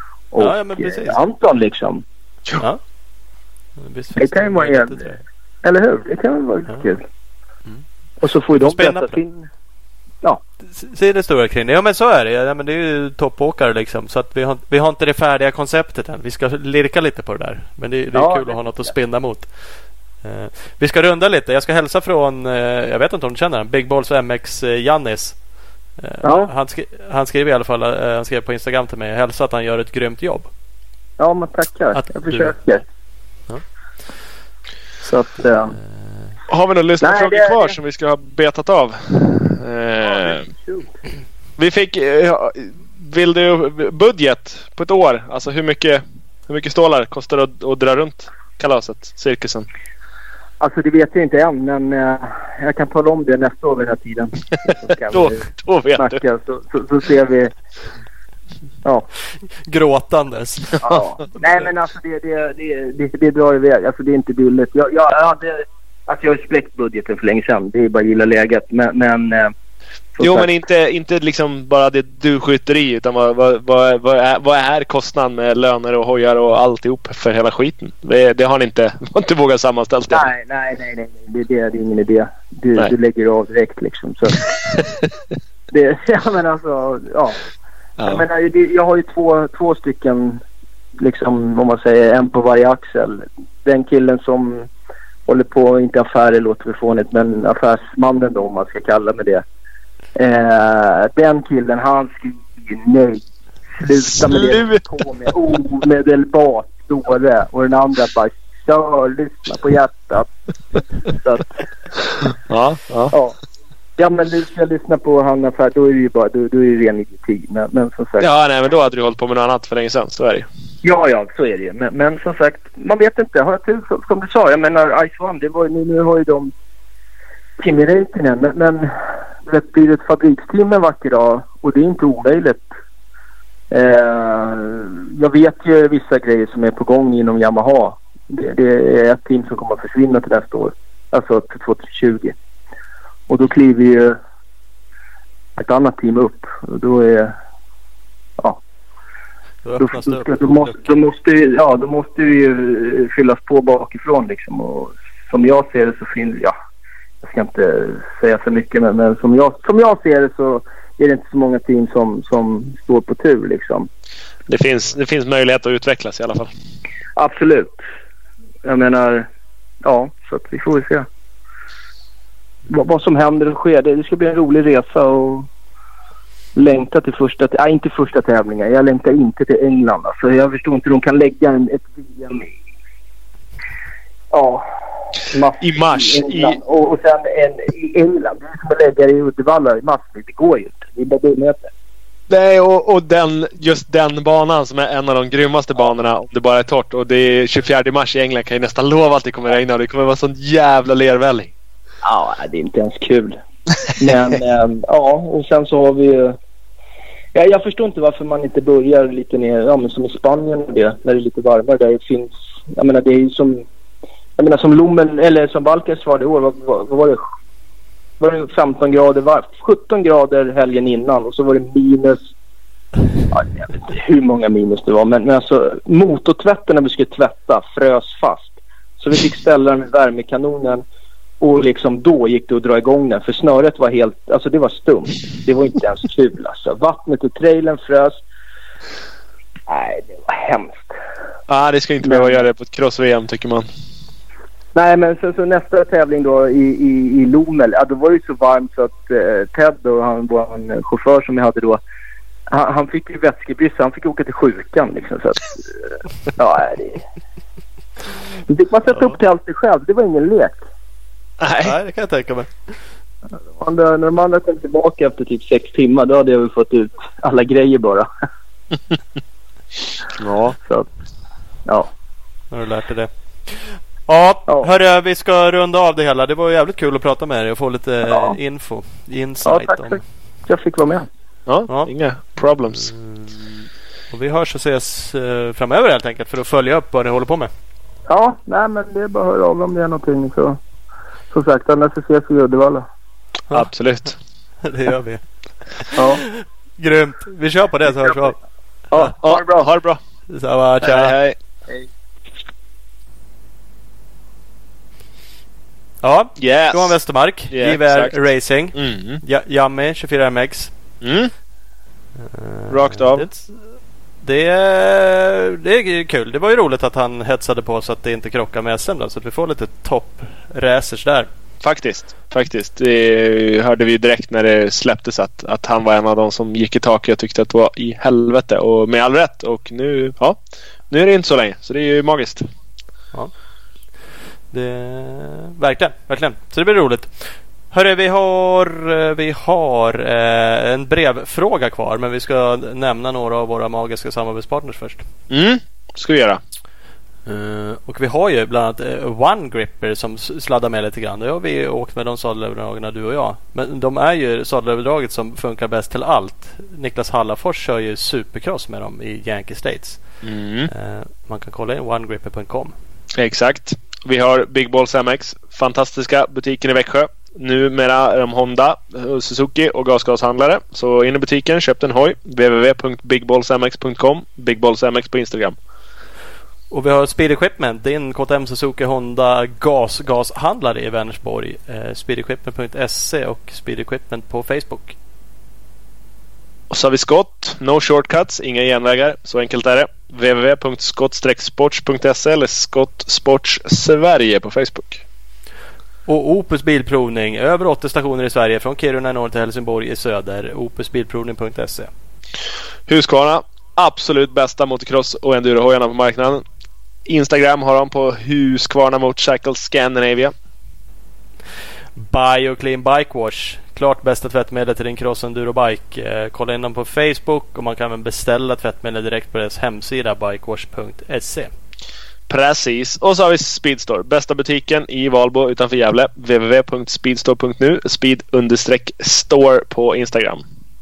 Anton liksom. Ja. Det kan ju vara eller hur? Det kan vara kul. Och så får ju de berätta sin... Ja. Se det stora kring det. Ja, men så är det. Ja, men det är ju toppåkare liksom. Så att vi har inte det färdiga konceptet än. Vi ska lirka lite på det där. Men det är kul att ha något att spinna mot. Vi ska runda lite. Jag ska hälsa från, jag vet inte om du känner den, Big Balls MX Jannis. Han skrev i alla fall, han skrev på Instagram till mig, hälsa att han gör ett grymt jobb. Ja, men tackar. Jag försöker. Ja. Så att... Har vi några lyssnarfrågor kvar som vi ska ha betat av? Vi fick vill du budget på ett år? Alltså hur mycket stålar kostar det att dra runt kalaset, cirkusen? Alltså det vet jag inte än, men jag kan tala om det nästa år vid den här tiden. då vet du. Så ser vi. Ja. Gråtandes. Ja. Nej, men alltså det drar iväg. Alltså det är inte billigt. Jag har spräckt budgeten för länge sedan. Det är bara gilla läget. Men men inte liksom bara det du skjuter i, utan vad är kostnaden med löner och hojar och alltihop för hela skiten? Det har ni inte vågat sammanställa. Nej. Det är ingen idé. Du lägger av direkt liksom. Så. Men alltså, ja. Jag har ju två stycken liksom, om man säger, en på varje axel. Den killen som håller på, inte affärer låter vi fånigt, men affärsmannen då, om man ska kalla med det. Den killen, han skriver nej. Sluta med det på med omedelbart dåre. Och den andra bara kör, lyssna på hjärtat. Så att, ja, men du ska lyssna på han affär, då är det ju bara då är det ren idioti. Men som sagt. Ja, nej, men då hade du hållit på med något annat för länge sedan, så är det. Ja, så är det ju. Men som sagt, man vet inte. Har jag tur, som du sa, jag menar Ice One, det var ju, nu har ju de Kimi Räikkönen, men det blir ett fabriksteam en vacker dag och det är inte omöjligt. Jag vet ju vissa grejer som är på gång inom Yamaha. Det är ett team som kommer att försvinna till nästa år, alltså till 2020. Och då kliver ju ett annat team upp och då är då måste ju fyllas på bakifrån liksom. Och som jag ser det så finns, jag ska inte säga för mycket, men som jag ser det så är det inte så många team som står på tur liksom. Det finns möjlighet att utvecklas i alla fall. Absolut. Jag menar, så att vi får se vad som händer och sker. Det ska bli en rolig resa och längta till inte första tävlingen. Jag längtar inte till England. Alltså, jag förstår inte hur de kan lägga ett VM i mars och sen i England. Det är som att lägga det i Uddevalla i mars. Det går ju inte. Det är bara dumheter. Nej, och just den banan som är en av de grymmaste banorna, om det bara är torrt, och det är 24 mars i England, kan jag nästan lova att det kommer regna och det kommer vara sån jävla lervälling. Ja, det är inte ens kul. Men och sen så har vi ju... Jag förstår inte varför man inte börjar lite ner, men som i Spanien och det, när det är lite varmare, där det finns... Jag menar, det är ju som... Jag menar, som Lommen, eller som Valkens var det år, vad var det? var det 15 grader varmt. 17 grader helgen innan och så var det minus. Ja, jag vet inte hur många minus det var. Men alltså motortvätten när vi skulle tvätta frös fast. Så vi fick ställa den med värmekanonen. Och liksom då gick det att dra igång den. För snöret var helt, alltså det var stumt. Det var inte ens kul alltså. Vattnet i trailern frös. Nej, det var hemskt. Det ska inte behöva göra det på ett cross-VM tycker man. Nej, men så nästa tävling då i Lomel, då var det ju så varmt så att Ted och vår chaufför som vi hade då, han fick ju vätskebrist, han fick åka till sjukan liksom, så att det fick man sätta upp till allt sig själv, det var ingen lek. Nej, det kan jag tänka mig. När de andra kom tillbaka efter typ 6 timmar, då hade jag väl fått ut alla grejer bara. Ja. Så, ja. Har du lärt dig det? Ja, hörru, vi ska runda av det hela. Det var jävligt kul att prata med dig och få lite info, insight. Ja, tack för att jag fick vara med. Ja. Inga problems. Och vi hörs och ses framöver helt enkelt för att följa upp vad ni håller på med. Ja, nej men det är bara att höra av om det är någonting så. Som sagt, annars ses vi i Uddevalla. Ja. Absolut. Det gör vi. Ja. Grymt. Vi kör på det så hörs vi av. Ja, ha det bra. Ha det bra. Samma, tja. Hej. Ja, Yes. Johan Westermark, JVR Racing, Jamme 24MX. Rakt av. Det är kul. Det var ju roligt att han hetsade på så att det inte krockar med SM då, så att vi får lite top-racers där. Faktiskt. Det hörde vi direkt när det släpptes att han var en av de som gick i taket. Jag tyckte att det var i helvete och med all rätt. Och nu är det inte så länge. Så det är ju magiskt. Ja. Verkligen. Så det blir roligt. Hörru, vi har en brevfråga kvar, men vi ska nämna några av våra magiska samarbetspartners först. Ska vi göra. Och vi har ju bland annat One Gripper som sladdar med lite grann. Då har vi åkt med de sadelöverdragen, du och jag. Men de är ju sadelöverdraget som funkar bäst till allt. Niklas Hallafors kör ju supercross med dem i Yankee States. Man kan kolla in onegripper.com. Exakt. Vi har Big Balls MX, fantastiska butiken i Växjö. Numera är de Honda, Suzuki och gashandlare. Så in i butiken, köp en hoj. www.bigballsmx.com. Bigballsmx på Instagram. Och vi har Speed Equipment, din KTM Suzuki Honda gashandlare i Vänersborg. Speedequipment.se och Speed Equipment på Facebook. Och så har vi Scott, no shortcuts, inga genvägar, så enkelt är det. www.scott-sports.se eller Scott Sports Sverige på Facebook. Och Opus Bilprovning, över 80 stationer i Sverige från Kiruna i norr till Helsingborg i söder. opusbilprovning.se. Husqvarna, absolut bästa motocross och endurohojarna på marknaden. Instagram har de på Husqvarna Motorcycle Scandinavia. BioClean Bike Wash, klart bästa tvättmedel till din cross enduro bike. Kolla in dem på Facebook och man kan även beställa tvättmedel direkt på deras hemsida bikewash.se. Precis, och så har vi Speedstore, bästa butiken i Valbo utanför Gävle. www.speedstore.nu, speed_store på Instagram.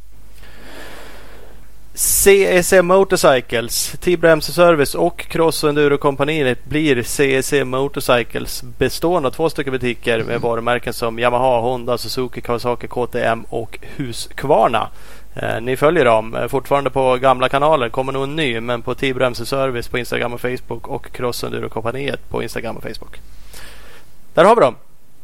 CEC Motorcycles, Tibro MC Service och Cross Enduro kompaniet blir CEC Motorcycles, bestående av 2 stycken butiker med varumärken som Yamaha, Honda, Suzuki, Kawasaki, KTM och Husqvarna. Ni följer dem fortfarande på gamla kanaler, kommer nog en ny, men på Tibro MC Service på Instagram och Facebook och Cross Enduro kompaniet på Instagram och Facebook. Där har vi dem.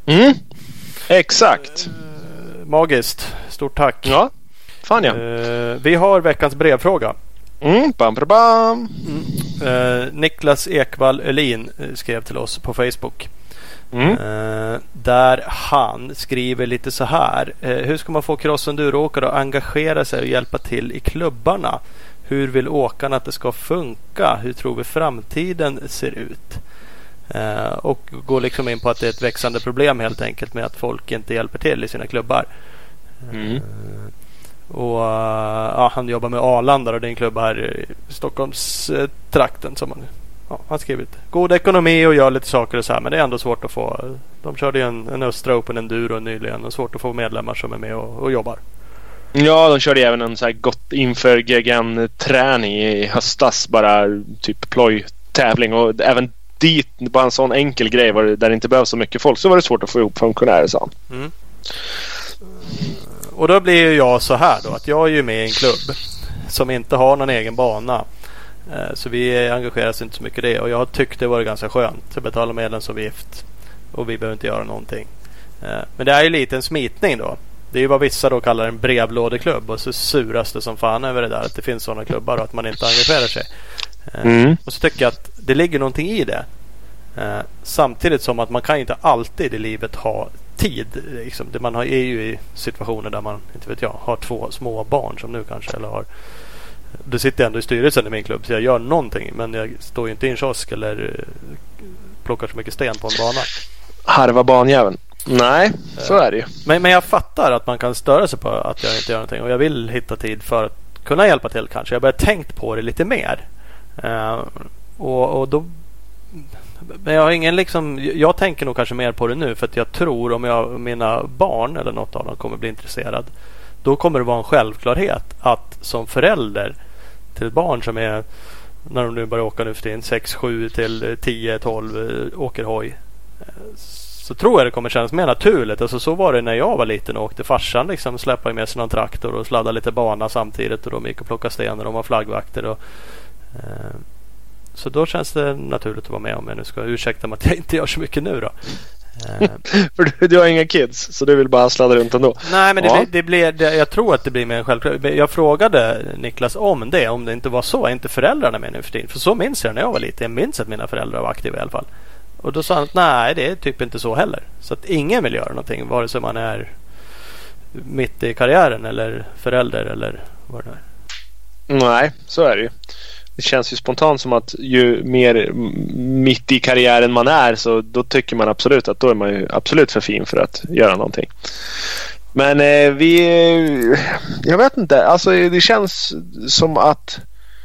Exakt. Magiskt. Stort tack. Ja. Fan ja. Vi har veckans brevfråga. Niklas Ekvall Ölin skrev till oss på Facebook. Där han skriver lite så här: hur ska man få cross-enduroåkare att engagera sig och hjälpa till i klubbarna? Hur vill åkarna att det ska funka? Hur tror vi framtiden ser ut? Och går liksom in på att det är ett växande problem helt enkelt med att folk inte hjälper till i sina klubbar. Och han jobbar med Arlanda och det är en klubb här i Stockholms trakten som han skrivit. God ekonomi och gör lite saker och så här, men det är ändå svårt att få. De körde ju en Östra Open Enduro nyligen och svårt att få medlemmar som är med och jobbar. Ja, de körde även en så här gott inför Gegan träning i höstas, bara typ ploj-tävling, och även dit, bara en sån enkel grej där det inte behövs så mycket folk, så var det svårt att få ihop funktionärer, sa han. Och då blir ju jag så här då, att jag är ju med i en klubb som inte har någon egen bana. Så vi engagerar oss inte så mycket i det. Och jag har tyckt det var ganska skönt att betala medlemsavgift. Och vi behöver inte göra någonting. Men det är ju lite en smitning då. Det är ju vad vissa då kallar en brevlådeklubb. Och så suras det som fan över det där. Att det finns sådana klubbar och att man inte engagerar sig. Och så tycker jag att det ligger någonting i det. Samtidigt som att man kan inte alltid i livet ha tid. Liksom. Det man har är ju i situationer där man, inte vet jag, har 2 små barn som nu kanske. Eller har... Du sitter ändå i styrelsen i min klubb så jag gör någonting. Men jag står ju inte i en kiosk eller plockar så mycket sten på en bana. Harva banjäveln. Nej, så är det ju. Men jag fattar att man kan störa sig på att jag inte gör någonting. Och jag vill hitta tid för att kunna hjälpa till kanske. Jag börjar tänkt på det lite mer. Och då... Men jag har ingen liksom... Jag tänker nog kanske mer på det nu. För att jag tror om mina barn eller något av dem kommer bli intresserad. Då kommer det vara en självklarhet att som förälder till ett barn som är, när de nu börjar åka nu för tiden 6, 7 till 10, 12 åker hoj, så tror jag det kommer kännas mer naturligt. Alltså så var det när jag var liten och åkte. Farsan liksom släppade med sig någon traktor och sladdade lite bana samtidigt, och de gick och plockade sten och de var flaggvakter och, så då känns det naturligt att vara med. Om jag nu ska ursäkta mig att jag inte gör så mycket nu då. För du har inga kids, så du vill bara sladda runt ändå. Nej, men jag tror att det blir mer en självklart. Jag frågade Niklas om det inte var så. Är inte föräldrarna med nu för tiden? För så minns jag när jag var liten. Jag minns att mina föräldrar var aktiva i alla fall. Och då sa han att nej, det är typ inte så heller. Så att ingen vill göra någonting, vare sig man är mitt i karriären eller förälder eller vad det är. Nej, så är det ju. Det känns ju spontant som att ju mer mitt i karriären man är, så då tycker man absolut att då är man ju absolut för fin för att göra någonting. Men jag vet inte, alltså det känns som att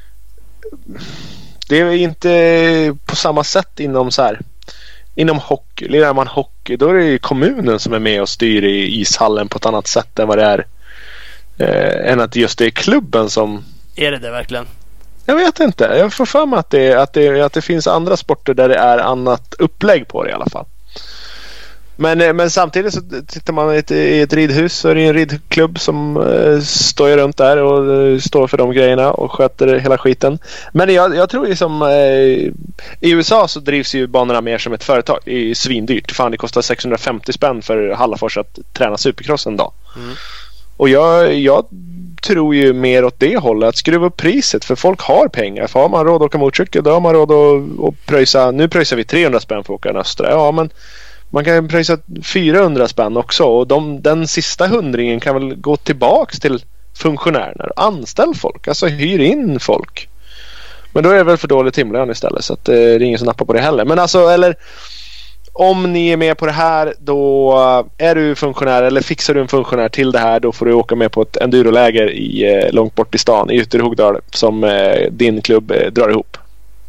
det är inte på samma sätt inom så här, inom hockey, lirar man hockey, då är det ju kommunen som är med och styr i ishallen på ett annat sätt än vad det är än att just det är klubben som... Är det verkligen? Jag vet inte. Jag får för mig att det finns andra sporter där det är annat upplägg på det i alla fall. Men samtidigt så tittar man i ett ridhus, så är det en ridklubb som står runt där och står för de grejerna och sköter hela skiten. Men jag tror liksom i USA så drivs ju banorna mer som ett företag. Det är svindyrt. Fan, det kostar 650 spänn för Hallafors att träna supercross en dag. Och jag tror ju mer åt det hållet, att skruva upp priset, för folk har pengar. För har man råd att åka motorcykel, då har man råd att pröjsa. Nu pröjsar vi 300 spänn för att åka en östra. Ja, men man kan pröjsa 400 spänn också. Och den sista hundringen kan väl gå tillbaks till funktionärerna. Anställ folk, alltså hyr in folk. Men då är det väl för dålig timlön istället, så att det är ingen som nappar på det heller. Men alltså, eller om ni är med på det här, då är du funktionär, eller fixar du en funktionär till det här, då får du åka med på ett enduroläger långt bort i stan, i Ytterhogdal, som din klubb drar ihop.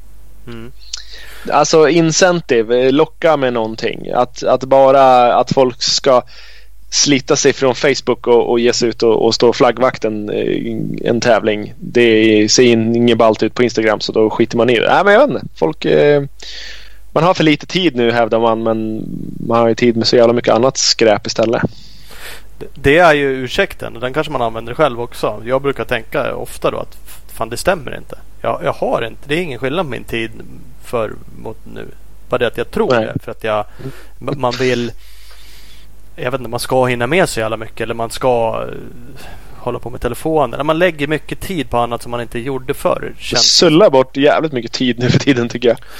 Alltså incentive, locka med någonting. Att folk ska slita sig från Facebook och ge sig ut och stå flaggvakten en tävling. Det ser inget ballt ut på Instagram, så då skiter man i det. Nej, men jag vet inte. Folk... Man har för lite tid nu, hävdar man, men man har ju tid med så jävla mycket annat skräp istället. Det är ju ursäkten, och den kanske man använder själv också. Jag brukar tänka ofta då att fan, det stämmer inte. Jag har inte, det är ingen skillnad på min tid för mot nu. Bara det att jag tror det, för att man vill, jag vet inte, man ska hinna med sig alla mycket, eller man ska hålla på med telefonen, eller man lägger mycket tid på annat som man inte gjorde förr. Sulla bort jävligt mycket tid nu för tiden, tycker jag.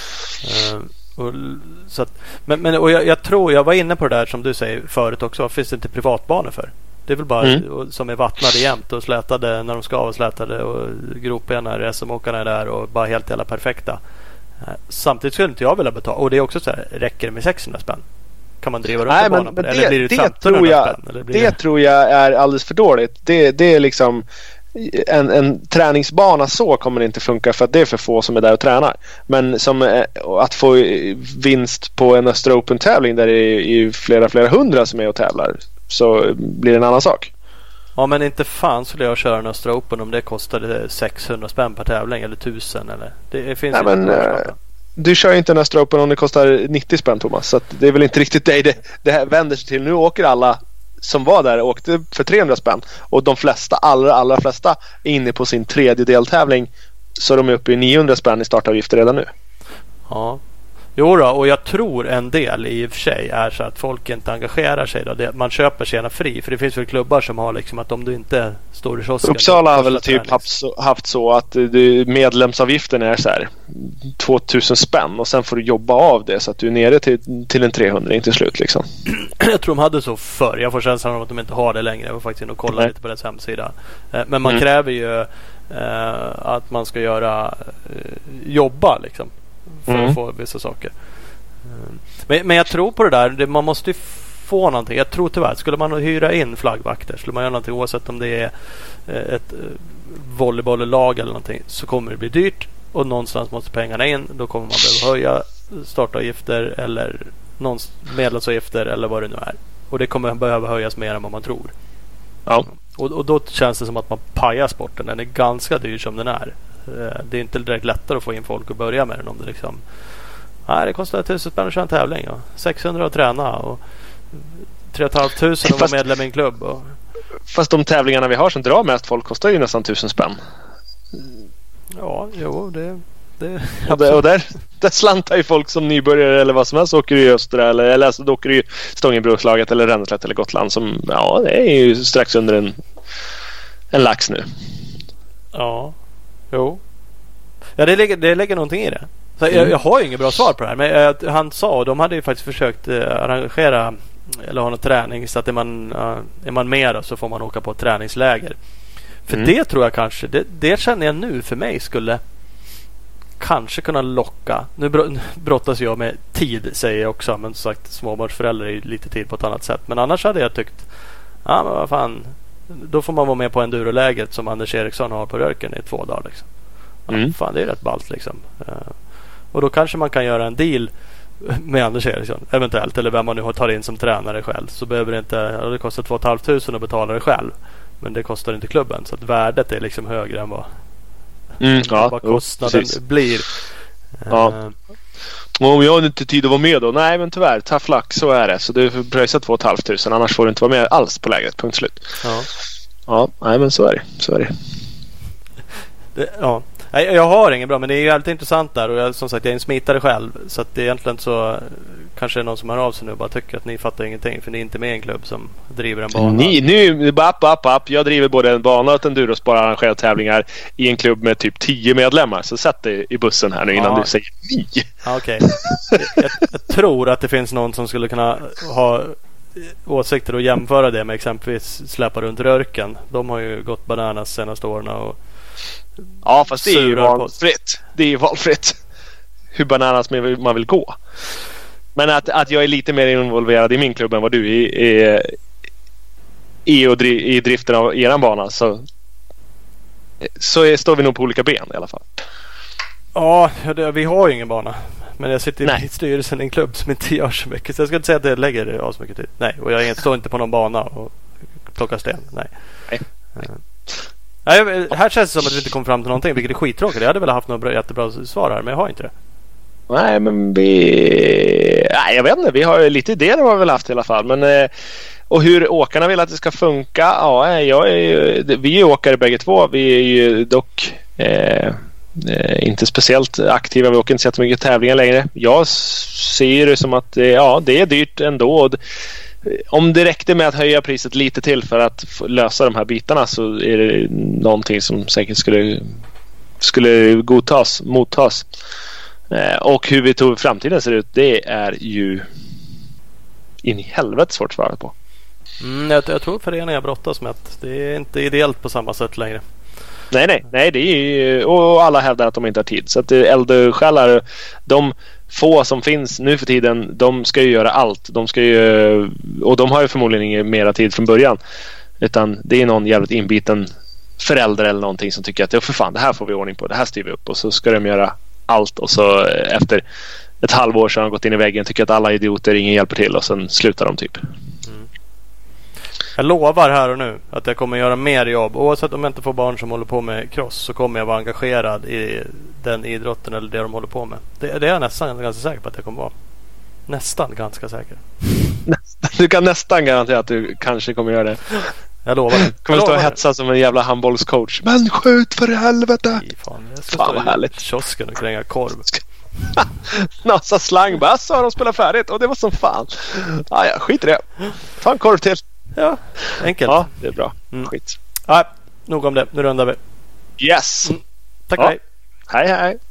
Och jag tror, jag var inne på det där som du säger förut också. Vad finns det inte privatbanor för? Det är väl bara som är vattnade jämt och slätade när de ska och slätade och gropiga när SM-åkarna är där och bara helt jävla perfekta. Samtidigt skulle inte jag vilja betala. Och det är också så här, räcker det med 600 spänn? Kan man driva runt banan på det? Eller blir det 1500 spänn? Eller blir det tror jag är alldeles för dåligt. Det är liksom en träningsbana, så kommer det inte funka, för att det är för få som är där och tränar. Men som att få vinst på en Östra Open-tävling där det är flera hundra som är och tävlar, så blir det en annan sak. Ja, men inte fan skulle jag köra en Östra Open om det kostade 600 spänn per tävling eller 1000 eller. Det finns ju inte. Du kör ju inte en Östra Open om det kostar 90 spänn, Thomas, så att det är väl inte riktigt dig det här vänder sig till. Nu åker alla som var där åkte för 300 spänn. Och de flesta, allra flesta är inne på sin tredje deltävling. Så de är uppe i 900 spänn i startavgifter redan nu. Ja. Jo då, och jag tror en del i och för sig är så att folk inte engagerar sig då. Man köper sig gärna fri. För det finns väl klubbar som har liksom att om du inte står i kiosken... Uppsala har väl typ haft så att medlemsavgiften är så här 2000 spänn och sen får du jobba av det så att du är nere till en 300 till slut liksom. Jag tror de hade så förr. Jag får känslan av att de inte har det längre. Jag var faktiskt in och kollade lite på deras hemsida. Men man kräver ju att man ska jobba liksom. För att få vissa saker. Men jag tror på det där. Man måste ju få någonting. Jag tror tyvärr. Skulle man hyra in flaggvakter, skulle man göra någonting oavsett om det är ett volleybolllag eller någonting, så kommer det bli dyrt. Och någonstans måste pengarna in. Då kommer man behöva höja startavgifter eller medlemsavgifter eller vad det nu är. Och det kommer behöva höjas mer än vad man tror. Ja. Och då känns det som att man pajar sporten. Den är ganska dyr som den är. Det är inte direkt lättare att få in folk att börja med den om det liksom... Nej, det kostar 1000 spänn att köra en tävling och 600 att träna och 3 500 att vara medlem i en klubb. Fast de tävlingarna vi har som drar mest folk kostar ju nästan 1000 spänn. Ja, jo, det och där slantar ju folk som nybörjare eller vad som helst. Åker i Östra eller alltså, då åker ju Stångenbroslaget eller Ränneslätt eller Gotland som, ja, det är ju strax under en lax nu. Ja, jo. Ja, det ligger någonting i det. Så jag har ju inget bra svar på det här. Men han sa, de hade ju faktiskt försökt arrangera eller ha någon träning så att är man med då, så får man åka på ett träningsläger. För det tror jag kanske, det känner jag nu för mig skulle kanske kunna locka. Nu brottas jag med tid, säger jag också, men som sagt, småbarnsföräldrar är ju lite tid på ett annat sätt. Men annars hade jag tyckt, ja men vad fan, då får man vara med på enduroläget som Anders Eriksson har på Rörken i 2 dagar liksom. Ja, fan, det är rätt ballt liksom. Och då kanske man kan göra en deal med Anders Eriksson eventuellt, eller vem man nu tar in som tränare själv. Så behöver det inte, det kostar 2 500 att betala det själv, men det kostar inte klubben, så att värdet är liksom högre än vad kostnaden blir. Ja. Om jag har inte tid att vara med då? Nej, men tyvärr, tough luck, så är det. Så du får pröjsa 2 500, annars får du inte vara med alls på lägret, punkt slut. Ja, nej, men så är det. Ja. Jag har ingen bra, men det är ju alltid intressant där. Och som sagt, jag är en smitare själv. Så att det är egentligen så, kanske är någon som hör av sig nu och bara tycker att ni fattar ingenting, för ni är inte med i en klubb som driver en bana. Nu, jag driver både en bana och ett endurospår, arrangerar tävlingar i en klubb med typ 10 medlemmar. Så sätt dig i bussen här nu innan du säger ni. Okej. Jag tror att det finns någon som skulle kunna ha åsikter och jämföra det med exempelvis släppa runt Rörken. De har ju gått bananas senaste åren och... Ja, fast det är ju valfritt. Det är ju valfritt hur bananas man vill gå. Men att jag är lite mer involverad i min klubb än vad du är i driften av eran bana, så står vi nog på olika ben i alla fall. Ja, vi har ju ingen bana. Men jag sitter i styrelsen i en klubb som inte gör så mycket. Så jag ska inte säga att det lägger så mycket tid. Nej, och jag står inte på någon bana och plockar sten. Nej. Här känns det som att vi inte kom fram till någonting, vilket är skittråkigt. Jag hade väl haft något jättebra svar här, men jag har inte det. Nej, men jag vet inte, vi har lite idéer har vi väl haft i alla fall. Men, och hur åkarna vill att det ska funka, vi är åkare bägge två. Vi är ju dock inte speciellt aktiva. Vi åker inte så mycket tävlingar längre. Jag ser det som att det är dyrt ändå. Om det räckte med att höja priset lite till för att lösa de här bitarna, så är det någonting som säkert skulle mottas. Och hur vi tror framtiden ser ut, det är ju in i helvete svårt att svara på. Jag tror föreningar brottas med att det är inte ideellt på samma sätt längre. Nej, det är ju, och alla hävdar att de inte har tid. Så att eldsjälar, de få som finns nu för tiden, de ska ju göra allt. Och de har ju förmodligen ingen mera tid från början. Utan det är någon jävligt inbiten förälder eller någonting som tycker att för fan, det här får vi ordning på, det här styr vi upp. Och så ska de göra allt. Och så efter ett halvår så har de gått in i väggen, tycker att alla är idioter, ingen hjälper till, och sen slutar de typ. Jag lovar här och nu att jag kommer göra mer jobb. Oavsett om jag inte får barn som håller på med cross, så kommer jag vara engagerad i den idrotten eller det de håller på med. Det är jag nästan ganska säker på att jag kommer vara. Nästan ganska säker. Du kan nästan garantera att du kanske kommer göra det. Jag lovar. Kommer stå och hetsa som en jävla handbollscoach. Men skjut för helvete! Fan vad härligt. Kiosken och kränga korv. Nasa slang. Bara så har de spelat färdigt. Och det var som fan. Ja, skit i det. Ta en korv till. Ja, enkelt. Ja, det är bra. Skit. Nej, nog om det. Nu rundar vi. Yes. Tack, hej. Hej, hej.